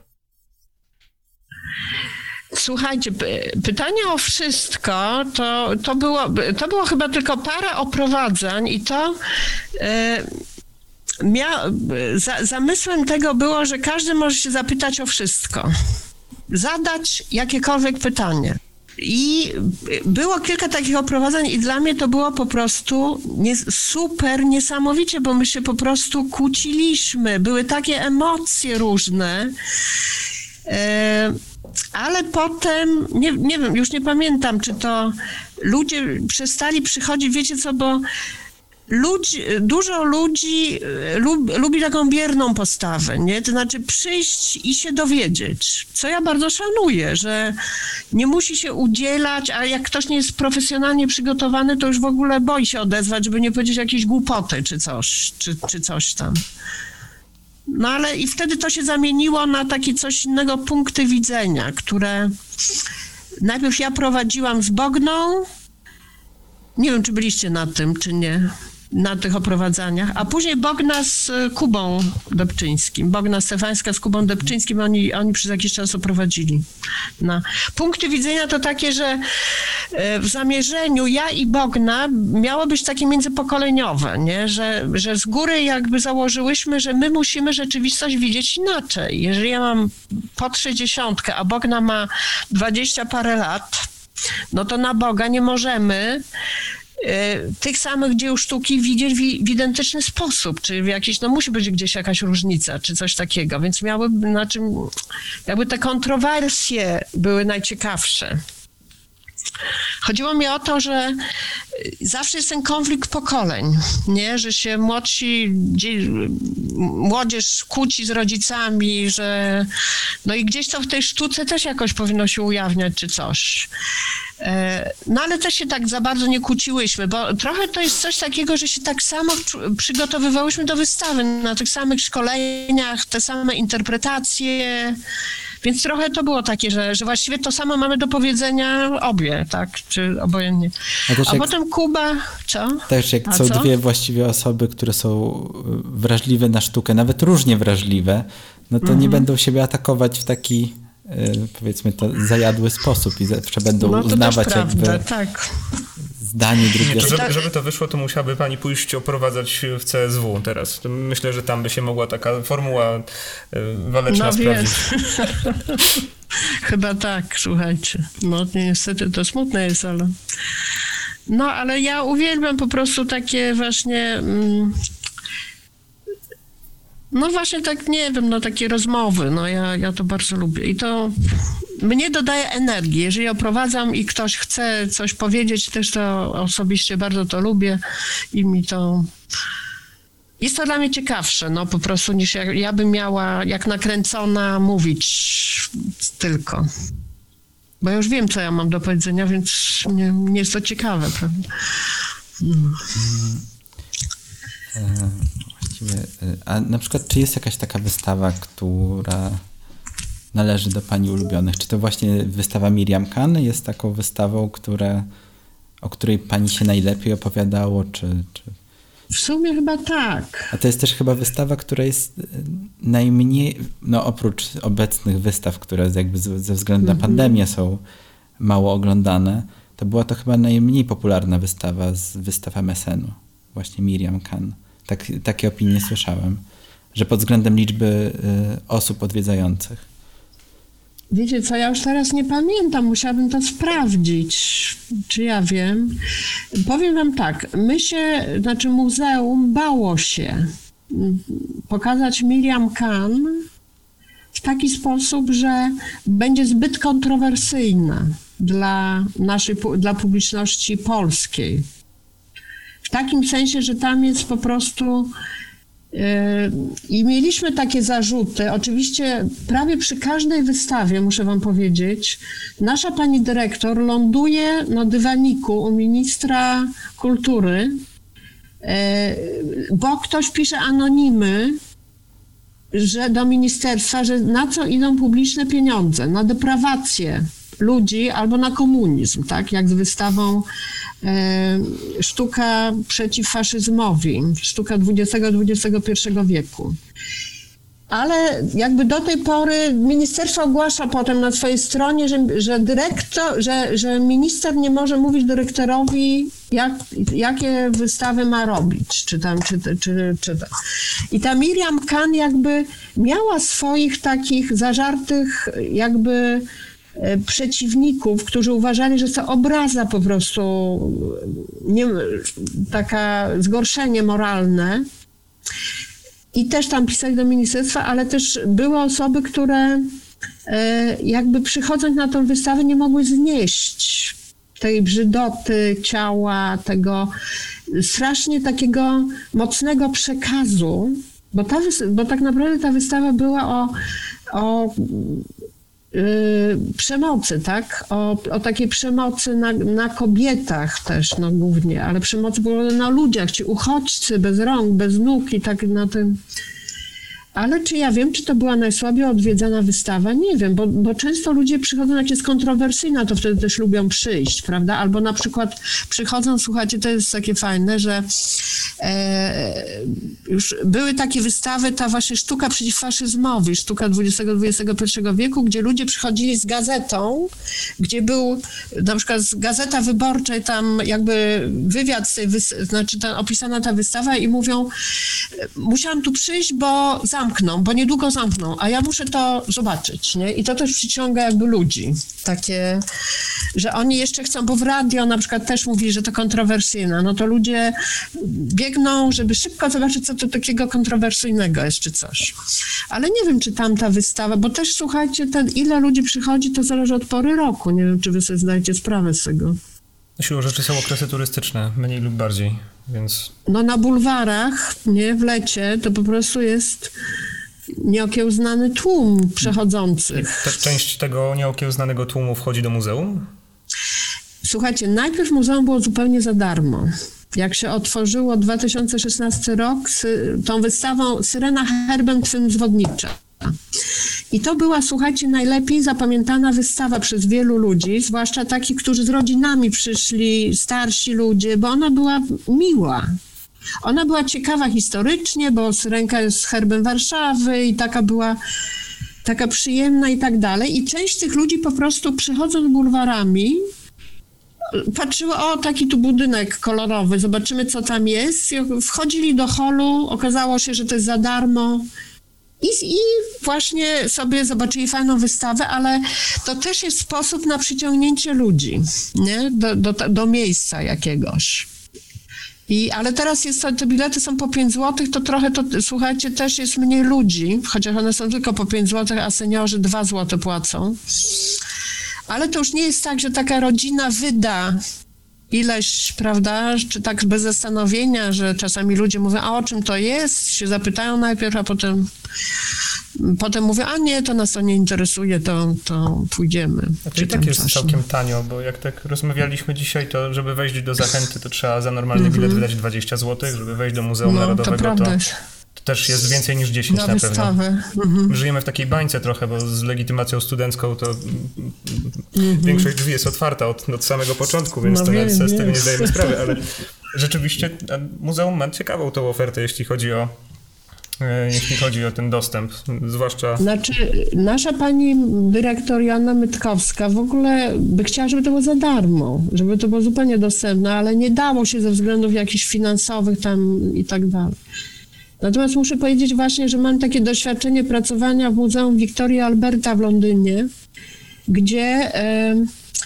Słuchajcie, pytanie o wszystko to, to, było, to było chyba tylko parę oprowadzań i to... Yy, Mia- za- zamysłem tego było, że każdy może się zapytać o wszystko. Zadać jakiekolwiek pytanie. I było kilka takich oprowadzań i dla mnie to było po prostu nie- super niesamowicie, bo my się po prostu kłóciliśmy. Były takie emocje różne. E- ale potem, nie, nie wiem, już nie pamiętam, czy to ludzie przestali przychodzić, wiecie co, bo Ludzi, dużo ludzi lub, lubi taką bierną postawę, nie? To znaczy przyjść i się dowiedzieć, co ja bardzo szanuję, że nie musi się udzielać, a jak ktoś nie jest profesjonalnie przygotowany, to już w ogóle boi się odezwać, żeby nie powiedzieć jakiejś głupoty czy coś, czy, czy coś tam. No ale i wtedy to się zamieniło na takie coś innego, punkty widzenia, które najpierw ja prowadziłam z Bogną. Nie wiem, czy byliście na tym, czy nie, na tych oprowadzaniach, a później Bogna z Kubą Debczyńskim. Bogna Stefańska z Kubą Debczyńskim, oni, oni przez jakiś czas oprowadzili. No. Punkty widzenia to takie, że w zamierzeniu ja i Bogna miało być takie międzypokoleniowe, nie? Że, że z góry jakby założyłyśmy, że my musimy rzeczywistość widzieć inaczej. Jeżeli ja mam pod sześćdziesiątkę, a Bogna ma dwadzieścia parę lat, no to na Boga nie możemy y, tych samych dzieł sztuki widzieć w, w identyczny sposób, czy w jakiś, no musi być gdzieś jakaś różnica, czy coś takiego, więc miały, na czym, jakby te kontrowersje były najciekawsze. Chodziło mi o to, że zawsze jest ten konflikt pokoleń, nie? Że się młodsi, młodzież kłóci z rodzicami, że no i gdzieś to w tej sztuce też jakoś powinno się ujawniać czy coś. No ale też się tak za bardzo nie kłóciłyśmy, bo trochę to jest coś takiego, że się tak samo przygotowywałyśmy do wystawy, na tych samych szkoleniach, te same interpretacje. Więc trochę to było takie, że, że właściwie to samo mamy do powiedzenia obie, tak? Czy obojętnie. A, A jak, potem Kuba, co? Też jak A są co? dwie właściwie osoby, które są wrażliwe na sztukę, nawet różnie wrażliwe, no to mm-hmm. nie będą siebie atakować w taki, powiedzmy to, zajadły sposób i zawsze będą no to uznawać też jakby prawda, tak. zdanie drugiego. Żeby, żeby to wyszło, to musiałaby pani pójść oprowadzać w C S W teraz. Myślę, że tam by się mogła taka formuła waleczna no sprawdzić. Chyba tak, słuchajcie. No niestety to smutne jest, ale... No, ale ja uwielbiam po prostu takie właśnie... Mm... No właśnie tak, nie wiem, no takie rozmowy, no ja, ja to bardzo lubię i to mnie dodaje energii. Jeżeli oprowadzam i ktoś chce coś powiedzieć, też to osobiście bardzo to lubię i mi to... Jest to dla mnie ciekawsze, no po prostu niż ja, ja bym miała jak nakręcona mówić tylko. Bo ja już wiem, co ja mam do powiedzenia, więc nie, nie jest to ciekawe, prawda? Hmm. Hmm. A na przykład, czy jest jakaś taka wystawa, która należy do pani ulubionych? Czy to właśnie wystawa Miriam Kann jest taką wystawą, która, o której pani się najlepiej opowiadało? Czy, czy... W sumie chyba tak. A to jest też chyba wystawa, która jest najmniej, no oprócz obecnych wystaw, które jakby ze względu na pandemię są mało oglądane, to była to chyba najmniej popularna wystawa z wystaw M S N-u. Właśnie Miriam Kann. Tak, takie opinie słyszałem, że pod względem liczby y, osób odwiedzających. Wiecie co, ja już teraz nie pamiętam, musiałabym to sprawdzić, czy ja wiem. Powiem wam tak, my się, znaczy muzeum bało się pokazać Miriam Kann w taki sposób, że będzie zbyt kontrowersyjna dla naszej, dla publiczności polskiej. W takim sensie, że tam jest po prostu I mieliśmy takie zarzuty. Oczywiście prawie przy każdej wystawie, muszę wam powiedzieć, nasza pani dyrektor ląduje na dywaniku u ministra kultury, bo ktoś pisze anonimy, że do ministerstwa, że na co idą publiczne pieniądze? Na deprawację ludzi albo na komunizm, tak? Jak z wystawą e, Sztuka przeciw faszyzmowi, sztuka dwudziestego dwudziestego pierwszego wieku. Ale jakby do tej pory ministerstwo ogłasza potem na swojej stronie, że, że dyrektor, że, że minister nie może mówić dyrektorowi, jak, jakie wystawy ma robić, czy tam, czy, czy, czy to. I ta Miriam Kan jakby miała swoich takich zażartych jakby przeciwników, którzy uważali, że to obraza po prostu, nie, taka zgorszenie moralne. I też tam pisali do ministerstwa, ale też były osoby, które jakby przychodząc na tą wystawę nie mogły znieść tej brzydoty ciała, tego strasznie takiego mocnego przekazu, bo, ta, bo tak naprawdę ta wystawa była o, o Yy, przemocy, tak? O, o takiej przemocy na, na kobietach też, no głównie, ale przemocy było na ludziach, ci uchodźcy bez rąk, bez nóg i tak na tym. Ale czy ja wiem, czy to była najsłabiej odwiedzana wystawa? Nie wiem, bo, bo często ludzie przychodzą, jak jest kontrowersyjna, to wtedy też lubią przyjść, prawda? Albo na przykład przychodzą, słuchajcie, to jest takie fajne, że e, już były takie wystawy, ta właśnie sztuka przeciw faszyzmowi, sztuka dwudziestego dwudziestego pierwszego wieku, gdzie ludzie przychodzili z gazetą, gdzie był na przykład z Gazeta Wyborczej, tam jakby wywiad, z tej wys- znaczy ta, opisana ta wystawa i mówią, musiałam tu przyjść, bo zamkną, bo niedługo zamkną, a ja muszę to zobaczyć, nie? I to też przyciąga jakby ludzi. Takie, że oni jeszcze chcą, bo w radio na przykład też mówi, że to kontrowersyjne, no to ludzie biegną, żeby szybko zobaczyć, co to takiego kontrowersyjnego jest, czy coś. Ale nie wiem, czy tamta wystawa, bo też słuchajcie, ten, ile ludzi przychodzi, to zależy od pory roku. Nie wiem, czy wy sobie zdajecie sprawę z tego. Siłą rzeczy są okresy turystyczne, mniej lub bardziej, więc... No na bulwarach, nie, w lecie, to po prostu jest nieokiełznany tłum przechodzących. Ta część tego nieokiełznanego tłumu wchodzi do muzeum? Słuchajcie, najpierw muzeum było zupełnie za darmo. Jak się otworzyło dwa tysiące szesnasty rok z tą wystawą Syrena herbem twym zwodnicza. I to była, słuchajcie, najlepiej zapamiętana wystawa przez wielu ludzi, zwłaszcza takich, którzy z rodzinami przyszli, starsi ludzie, bo ona była miła. Ona była ciekawa historycznie, bo Syrenka jest herbem Warszawy i taka była taka przyjemna i tak dalej. I część tych ludzi po prostu przychodząc bulwarami patrzyło, o, taki tu budynek kolorowy, zobaczymy, co tam jest. Wchodzili do holu, okazało się, że to jest za darmo. I, I właśnie sobie zobaczyli fajną wystawę, ale to też jest sposób na przyciągnięcie ludzi, nie? Do, do, do miejsca jakiegoś. I, ale teraz jest to, te bilety są po pięć złotych, to trochę to, słuchajcie, też jest mniej ludzi, chociaż one są tylko po pięć złotych, a seniorzy dwa złote płacą. Ale to już nie jest tak, że taka rodzina wyda ileś, prawda, czy tak bez zastanowienia, że czasami ludzie mówią, a o czym to jest? Się zapytają najpierw, a potem potem mówią, a nie, to nas to nie interesuje, to, to pójdziemy. A to i tak jest coś. Całkiem tanio, bo jak tak rozmawialiśmy dzisiaj, to żeby wejść do Zachęty, to trzeba za normalny bilet wydać dwadzieścia złotych, żeby wejść do Muzeum no, Narodowego, to, to, to też jest więcej niż dziesięć na, na pewno. Mhm. Żyjemy w takiej bańce trochę, bo z legitymacją studencką to mhm. większość drzwi jest otwarta od, od samego początku, więc no to wiem, nawet z tego nie zdajemy sprawy, ale rzeczywiście muzeum ma ciekawą tą ofertę, jeśli chodzi o jeśli chodzi o ten dostęp, zwłaszcza... Znaczy, nasza pani dyrektor Joanna Mytkowska w ogóle by chciała, żeby to było za darmo, żeby to było zupełnie dostępne, ale nie dało się ze względów jakichś finansowych tam i tak dalej. Natomiast muszę powiedzieć właśnie, że mam takie doświadczenie pracowania w Muzeum Victoria Alberta w Londynie, gdzie e,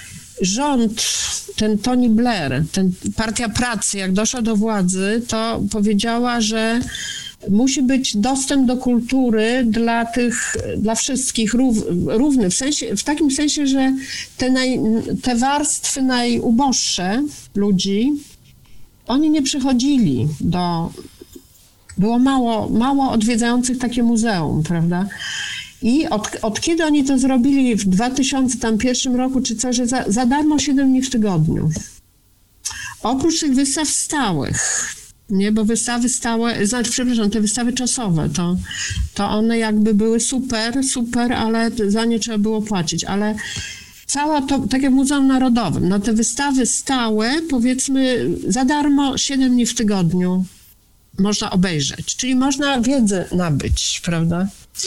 rząd, ten Tony Blair, ten Partia Pracy, jak doszła do władzy, to powiedziała, że musi być dostęp do kultury dla tych, dla wszystkich rów, równy, w sensie, w takim sensie, że te, naj, te warstwy najuboższe ludzi, oni nie przychodzili do Było mało, mało odwiedzających takie muzeum, prawda? I od, od kiedy oni to zrobili w dwa tysiące pierwszym roku, czy coś, że za, za darmo siedem dni w tygodniu. Oprócz tych wystaw stałych, nie, bo wystawy stałe, znaczy, przepraszam, te wystawy czasowe, to, to one jakby były super, super, ale za nie trzeba było płacić, ale cała to, tak jak w Muzeum Narodowym, na te wystawy stałe, powiedzmy, za darmo siedem dni w tygodniu można obejrzeć, czyli można wiedzę nabyć, prawda?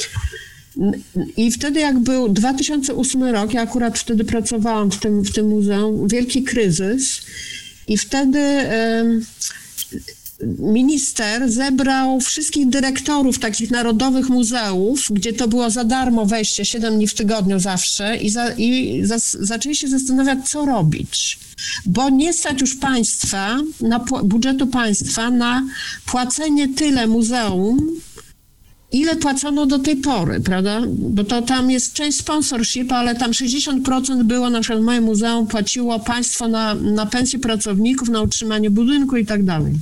I wtedy jak był dwa tysiące ósmy rok, ja akurat wtedy pracowałam w tym, w tym muzeum, wielki kryzys i wtedy y, minister zebrał wszystkich dyrektorów takich narodowych muzeów, gdzie to było za darmo wejście siedem dni w tygodniu zawsze i, za, i za, zaczęli się zastanawiać, co robić. Bo nie stać już państwa, na, budżetu państwa na płacenie tyle muzeum, ile płacono do tej pory, prawda? Bo to tam jest część sponsorship, ale tam sześćdziesiąt procent było, na przykład moje muzeum płaciło państwo na, na pensje pracowników, na utrzymanie budynku i tak dalej.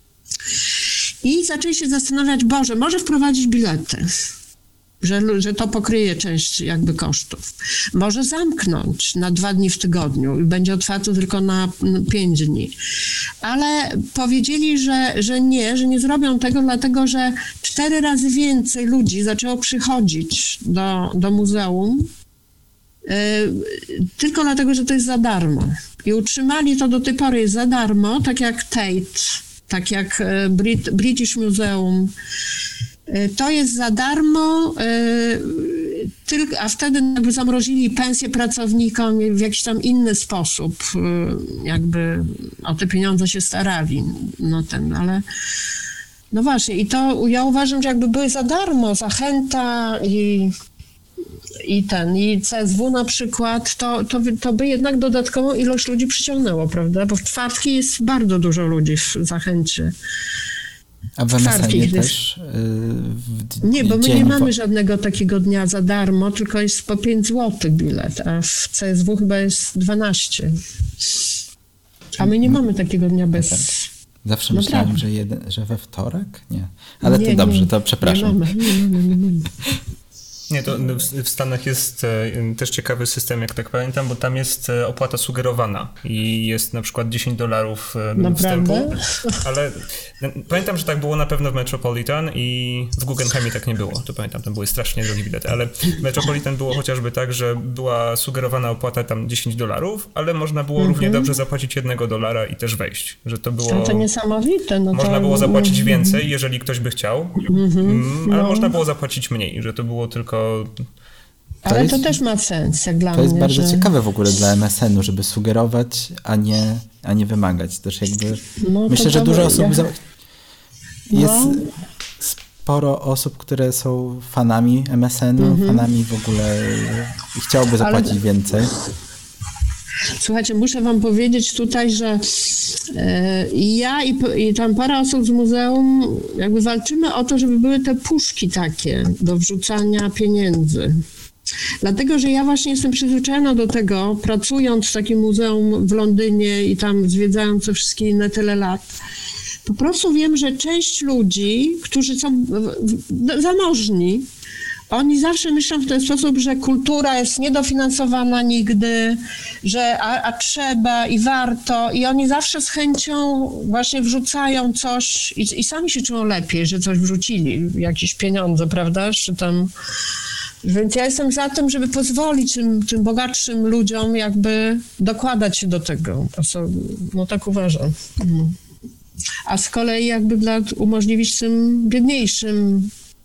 I zaczęli się zastanawiać, Boże, może wprowadzić bilety, że, że to pokryje część jakby kosztów. Może zamknąć na dwa dni w tygodniu i będzie otwarto tylko na pięć dni. Ale powiedzieli, że, że nie, że nie zrobią tego, dlatego że cztery razy więcej ludzi zaczęło przychodzić do, do muzeum yy, tylko dlatego, że to jest za darmo. I utrzymali to do tej pory jest za darmo, tak jak Tate, tak jak Brit, British Museum. To jest za darmo, a wtedy jakby zamrozili pensje pracownikom w jakiś tam inny sposób, jakby o te pieniądze się starali, no ten, ale no właśnie i to ja uważam, że jakby były za darmo, zachęta i i ten, i C S W na przykład, to, to, to by jednak dodatkową ilość ludzi przyciągnęło, prawda? Bo w czwartki jest bardzo dużo ludzi w Zachęcie. A w M S N też? W nie, bo my nie mamy po... żadnego takiego dnia za darmo, tylko jest po pięć złotych bilet, a w C S W chyba jest dwanaście. A my nie mamy takiego dnia bez... Zawsze no myślałem, że, jeden, że we wtorek? Nie. Ale nie, to dobrze, nie, to przepraszam. Nie mamy, nie mamy, nie mamy. Nie, to w Stanach jest też ciekawy system, jak tak pamiętam, bo tam jest opłata sugerowana i jest na przykład dziesięć dolarów wstępu, ale pamiętam, że tak było na pewno w Metropolitan i w Guggenheimie tak nie było, to pamiętam, tam były strasznie drogie bilety, ale w Metropolitan było chociażby tak, że była sugerowana opłata tam dziesięć dolarów, ale można było mm-hmm. równie dobrze zapłacić jednego dolara i też wejść, że to było... No to niesamowite. No można to... było zapłacić więcej, jeżeli ktoś by chciał, mm-hmm. ale no. można było zapłacić mniej, że to było tylko To Ale jest, to też ma sens, jak dla mnie. To jest bardzo że... ciekawe w ogóle dla M S N-u, żeby sugerować, a nie, a nie wymagać. Też jakby no, myślę, że dużo osób... Ja... Za... Jest no. sporo osób, które są fanami M S N-u, mm-hmm. fanami w ogóle i chciałoby zapłacić Ale... więcej. Słuchajcie, muszę wam powiedzieć tutaj, że e, ja i, i tam parę osób z muzeum jakby walczymy o to, żeby były te puszki takie do wrzucania pieniędzy. Dlatego, że ja właśnie jestem przyzwyczajona do tego, pracując w takim muzeum w Londynie i tam zwiedzając te wszystkie inne tyle lat, po prostu wiem, że część ludzi, którzy są zamożni, oni zawsze myślą w ten sposób, że kultura jest niedofinansowana nigdy, że a, a trzeba i warto i oni zawsze z chęcią właśnie wrzucają coś i, i sami się czują lepiej, że coś wrzucili, jakieś pieniądze, prawda, czy tam... Więc ja jestem za tym, żeby pozwolić tym, tym bogatszym ludziom jakby dokładać się do tego. No tak uważam. A z kolei jakby dla, umożliwić tym biedniejszym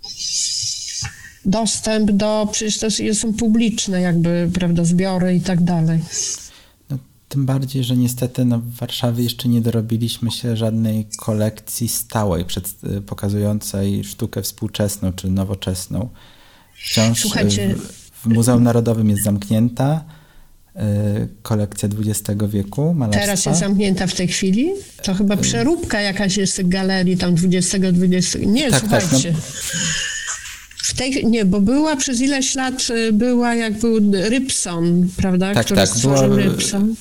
dostęp do, przecież to są publiczne jakby, prawda, zbiory i tak dalej. No, tym bardziej, że niestety no, w Warszawie jeszcze nie dorobiliśmy się żadnej kolekcji stałej, przed, pokazującej sztukę współczesną czy nowoczesną. Wciąż Słuchajcie, w, w Muzeum Narodowym jest zamknięta y, kolekcja dwudziestego wieku malarstwa. Teraz jest zamknięta w tej chwili? To chyba przeróbka jakaś jest tych galerii tam dwudziestego, dwudziestego... Nie, tak, słuchajcie. Tak, no. W tej, nie, bo była przez ileś lat, była jak był Rybson, prawda? Tak, który tak, stworzył była, Rybson.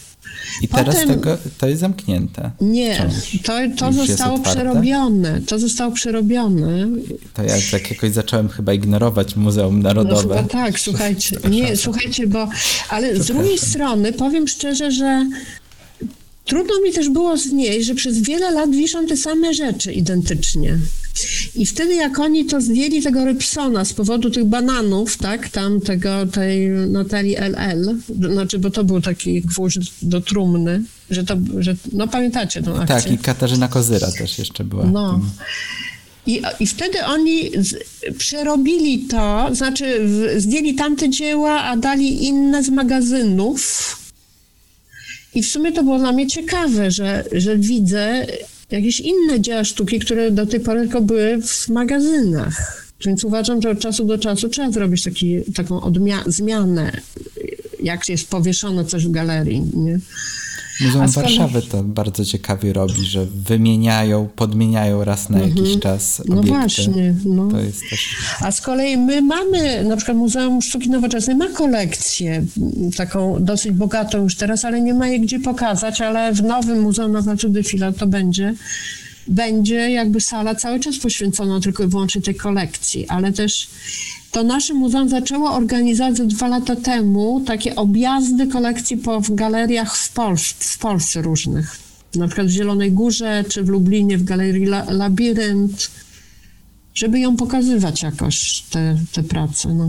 I Potem, teraz tego, to jest zamknięte. Nie, to, to zostało przerobione. To zostało przerobione. To ja tak jakoś zacząłem chyba ignorować Muzeum Narodowe. No, tak, słuchajcie. Nie, słuchajcie, bo... Ale z drugiej strony powiem szczerze, że trudno mi też było znieść, że przez wiele lat wiszą te same rzeczy identycznie. I wtedy jak oni to zdjęli tego Rybsona z powodu tych bananów, tak, tam tego, tej Natalii L L, znaczy, bo to był taki gwóźdź do trumny, że to, że, no pamiętacie tą akcję? Tak, i Katarzyna Kozyra też jeszcze była. No. I, I wtedy oni z, przerobili to, znaczy w, zdjęli tamte dzieła, a dali inne z magazynów. I w sumie to było dla mnie ciekawe, że, że widzę jakieś inne dzieła sztuki, które do tej pory tylko były w magazynach. Więc uważam, że od czasu do czasu trzeba zrobić taki, taką odmia- zmianę, jak jest powieszone coś w galerii, nie? Muzeum skoro... Warszawy to bardzo ciekawie robi, że wymieniają, podmieniają raz na jakiś mm-hmm. czas obiekty. No właśnie. No. To jest też... A z kolei my mamy, na przykład Muzeum Sztuki Nowoczesnej ma kolekcję taką dosyć bogatą już teraz, ale nie ma jej gdzie pokazać, ale w nowym Muzeum na placu Defila to będzie, będzie jakby sala cały czas poświęcona tylko i wyłącznie tej kolekcji, ale też to nasze muzeum zaczęło organizować dwa lata temu takie objazdy kolekcji po w galeriach w, Polsce, w Polsce różnych. Na przykład w Zielonej Górze czy w Lublinie w galerii La, Labirynt, żeby ją pokazywać jakoś, te, te prace. No.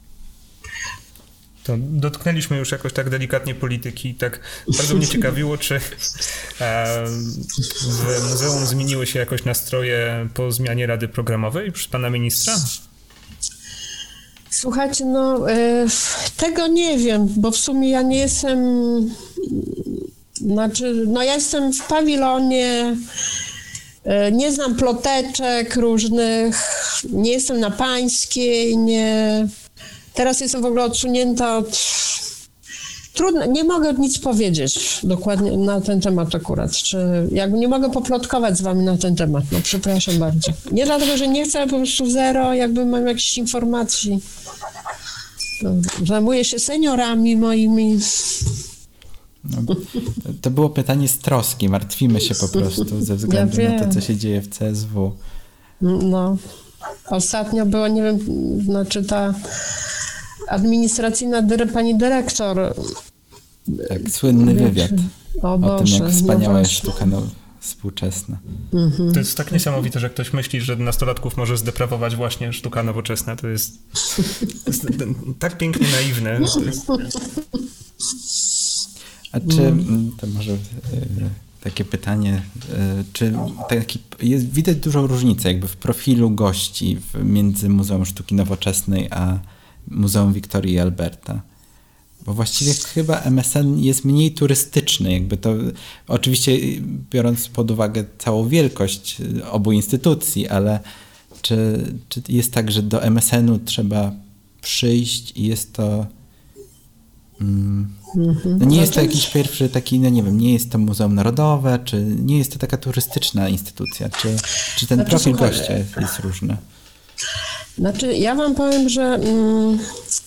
To dotknęliśmy już jakoś tak delikatnie polityki. Tak bardzo mnie ciekawiło, czy e, w muzeum zmieniły się jakoś nastroje po zmianie Rady Programowej przez pana ministra? Słuchajcie, no y, tego nie wiem, bo w sumie ja nie jestem, znaczy, no ja jestem w pawilonie, y, nie znam ploteczek różnych, nie jestem na Pańskiej, nie, teraz jestem w ogóle odsunięta od, trudno, nie mogę nic powiedzieć dokładnie na ten temat akurat, czy jakby nie mogę poplotkować z wami na ten temat, no przepraszam bardzo. Nie dlatego, że nie chcę, ale po prostu zero, jakby mam jakieś informacji. No, zajmuję się seniorami moimi. No, to było pytanie z troski, martwimy się po prostu ze względu ja na to, co się dzieje w C S W. No, ostatnio było, nie wiem, znaczy ta administracyjna dyre, pani dyrektor. Tak, słynny wywiad o, o Boże, tym, jak wspaniała no jest sztuka no, współczesna. Mhm. To jest tak niesamowite, że ktoś myśli, że nastolatków może zdeprawować właśnie sztuka nowoczesna. To jest, to jest tak pięknie naiwne. To jest... A czy, to może y, takie pytanie, y, czy taki, jest, widać dużą różnicę jakby w profilu gości w, między Muzeum Sztuki Nowoczesnej a Muzeum Wiktorii i Alberta? Bo właściwie chyba M S N jest mniej turystyczny, jakby to, oczywiście biorąc pod uwagę całą wielkość obu instytucji, ale czy, czy jest tak, że do M S N-u trzeba przyjść i jest to mm, no nie jest to jakiś pierwszy taki, no nie wiem, nie jest to Muzeum Narodowe, czy nie jest to taka turystyczna instytucja, czy, czy ten znaczy, profil słuchaj, gościa jest, jest różny? Znaczy, ja wam powiem, że mm,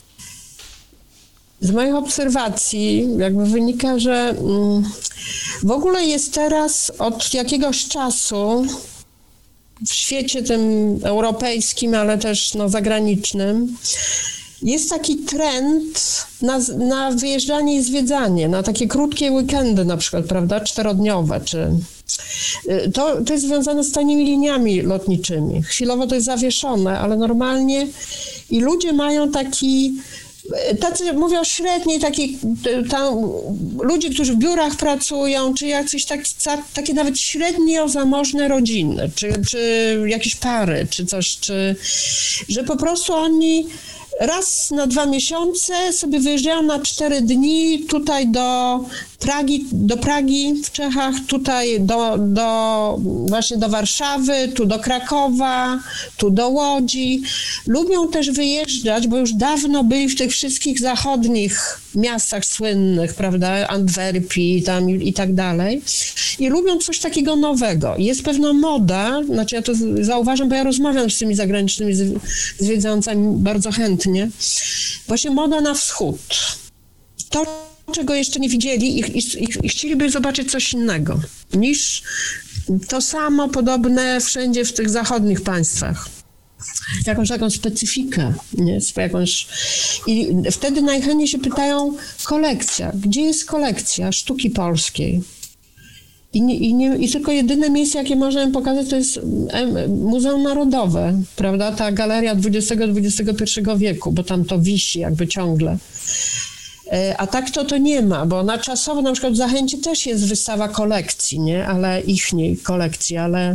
z moich obserwacji jakby wynika, że mm, w ogóle jest teraz od jakiegoś czasu w świecie tym europejskim, ale też no, zagranicznym, jest taki trend na, na wyjeżdżanie i zwiedzanie, na takie krótkie weekendy na przykład, prawda, czterodniowe, czy... To, to jest związane z tanimi liniami lotniczymi. Chwilowo to jest zawieszone, ale normalnie i ludzie mają taki... Tacy, mówią średniej, taki, tam, ludzie, którzy w biurach pracują, czy jacyś tak, takie nawet średnio zamożne rodziny, czy, czy jakieś pary, czy coś, czy, że po prostu oni raz na dwa miesiące sobie wyjeżdżają na cztery dni tutaj do Pragi, do Pragi w Czechach, tutaj do, do właśnie do Warszawy, tu do Krakowa, tu do Łodzi. Lubią też wyjeżdżać, bo już dawno byli w tych wszystkich zachodnich miastach słynnych, prawda, Antwerpii tam i, i tak dalej. I lubią coś takiego nowego. Jest pewna moda, znaczy ja to zauważam, bo ja rozmawiam z tymi zagranicznymi zwiedzającymi bardzo chętnie. Właśnie moda na wschód. To czego jeszcze nie widzieli i, i, i chcieliby zobaczyć coś innego niż to samo podobne wszędzie w tych zachodnich państwach. Jakąś taką specyfikę, nie? Jakąś... I wtedy najchętniej się pytają, kolekcja, gdzie jest kolekcja sztuki polskiej? I, nie, i, nie, I tylko jedyne miejsce, jakie możemy pokazać, to jest Muzeum Narodowe, prawda? Ta galeria dwudziestego dwudziestego pierwszego wieku, bo tam to wisi jakby ciągle. A tak to to nie ma, bo na czasowo na przykład w Zachęcie też jest wystawa kolekcji, nie? Ale ichniej kolekcji, ale...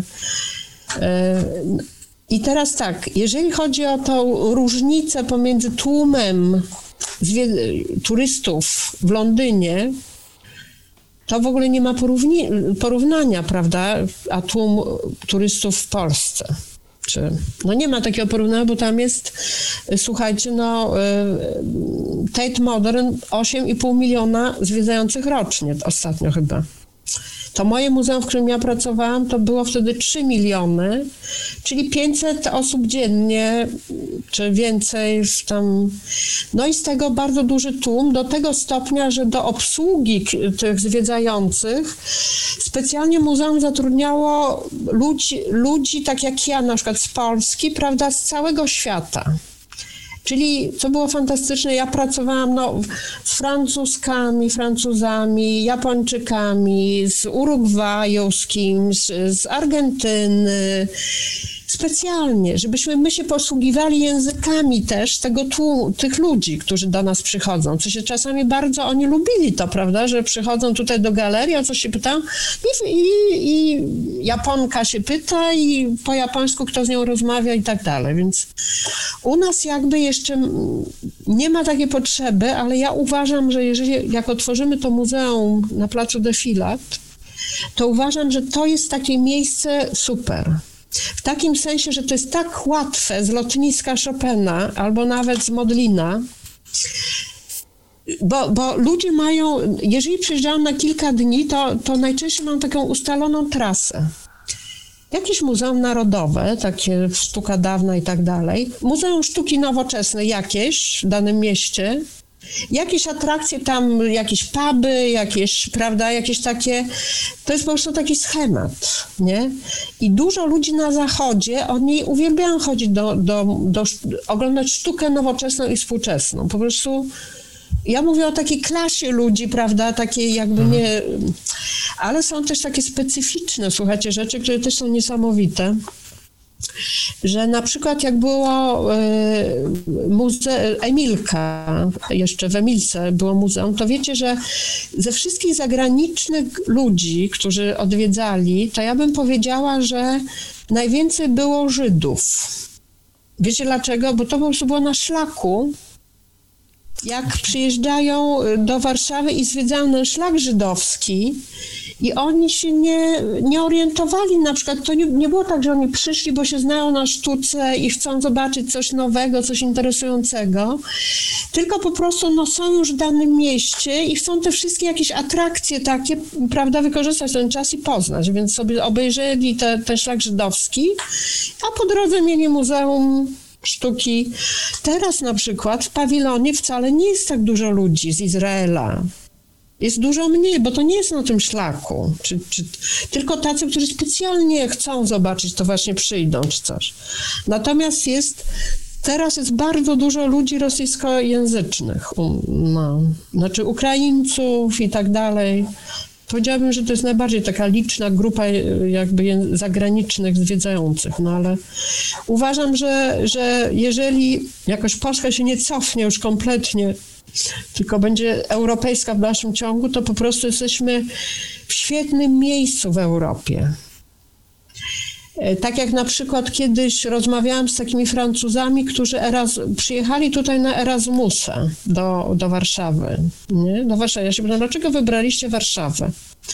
I teraz tak, jeżeli chodzi o tą różnicę pomiędzy tłumem turystów w Londynie, to w ogóle nie ma porówni- porównania, prawda, a tłum turystów w Polsce. Czy, no nie ma takiego porównania, bo tam jest, słuchajcie, no Tate Modern osiem i pół miliona zwiedzających rocznie ostatnio chyba. To moje muzeum, w którym ja pracowałam, to było wtedy trzy miliony, czyli pięćset osób dziennie, czy więcej tam. No i z tego bardzo duży tłum, do tego stopnia, że do obsługi tych zwiedzających specjalnie muzeum zatrudniało ludzi, ludzi tak jak ja, na przykład z Polski, prawda, z całego świata. Czyli, co było fantastyczne, ja pracowałam no, z Francuzkami, Francuzami, Japończykami, z Urugwaju, z kimś, z Argentyny, specjalnie, żebyśmy my się posługiwali językami też tego tłumu, tych ludzi, którzy do nas przychodzą. Co się czasami bardzo oni lubili to, prawda, że przychodzą tutaj do galerii, o co się pytają i, i, i Japonka się pyta i po japońsku kto z nią rozmawia i tak dalej, więc u nas jakby jeszcze nie ma takiej potrzeby, ale ja uważam, że jeżeli jak otworzymy to muzeum na placu Defilat, to uważam, że to jest takie miejsce super. W takim sensie, że to jest tak łatwe z lotniska Chopina albo nawet z Modlina, bo, bo ludzie mają, jeżeli przyjeżdżają na kilka dni, to, to najczęściej mają taką ustaloną trasę. Jakieś muzeum narodowe, takie sztuka dawna i tak dalej, muzeum sztuki nowoczesnej jakieś w danym mieście, jakieś atrakcje tam, jakieś puby, jakieś, prawda, jakieś takie, to jest po prostu taki schemat, nie? I dużo ludzi na zachodzie, oni uwielbiają chodzić do, do, do oglądać sztukę nowoczesną i współczesną, po prostu ja mówię o takiej klasie ludzi, prawda, takiej jakby mhm. nie, ale są też takie specyficzne, słuchajcie, rzeczy, które też są niesamowite. Że na przykład jak było muze- Emilka, jeszcze w Emilce było muzeum, to wiecie, że ze wszystkich zagranicznych ludzi, którzy odwiedzali, to ja bym powiedziała, że najwięcej było Żydów. Wiecie dlaczego? Bo to po prostu było na szlaku. Jak przyjeżdżają do Warszawy i zwiedzają ten szlak żydowski, i oni się nie, nie orientowali, na przykład to nie, nie było tak, że oni przyszli, bo się znają na sztuce i chcą zobaczyć coś nowego, coś interesującego, tylko po prostu no, są już w danym mieście i chcą te wszystkie jakieś atrakcje takie, prawda, wykorzystać ten czas i poznać, więc sobie obejrzeli te, ten szlak żydowski, a po drodze mieli muzeum sztuki. Teraz na przykład w pawilonie wcale nie jest tak dużo ludzi z Izraela. Jest dużo mniej, bo to nie jest na tym szlaku. Czy, czy, tylko tacy, którzy specjalnie chcą zobaczyć, to właśnie przyjdą czy coś. Natomiast jest, teraz jest bardzo dużo ludzi rosyjskojęzycznych, no, znaczy Ukraińców i tak dalej. Powiedziałabym, że to jest najbardziej taka liczna grupa jakby zagranicznych zwiedzających, no ale uważam, że, że jeżeli jakoś Polska się nie cofnie już kompletnie, tylko będzie europejska w dalszym ciągu, to po prostu jesteśmy w świetnym miejscu w Europie. Tak jak na przykład kiedyś rozmawiałam z takimi Francuzami, którzy Eraz- przyjechali tutaj na Erasmusa do, do Warszawy. Nie? Do Warszawy. Ja się pytam, dlaczego wybraliście Warszawę?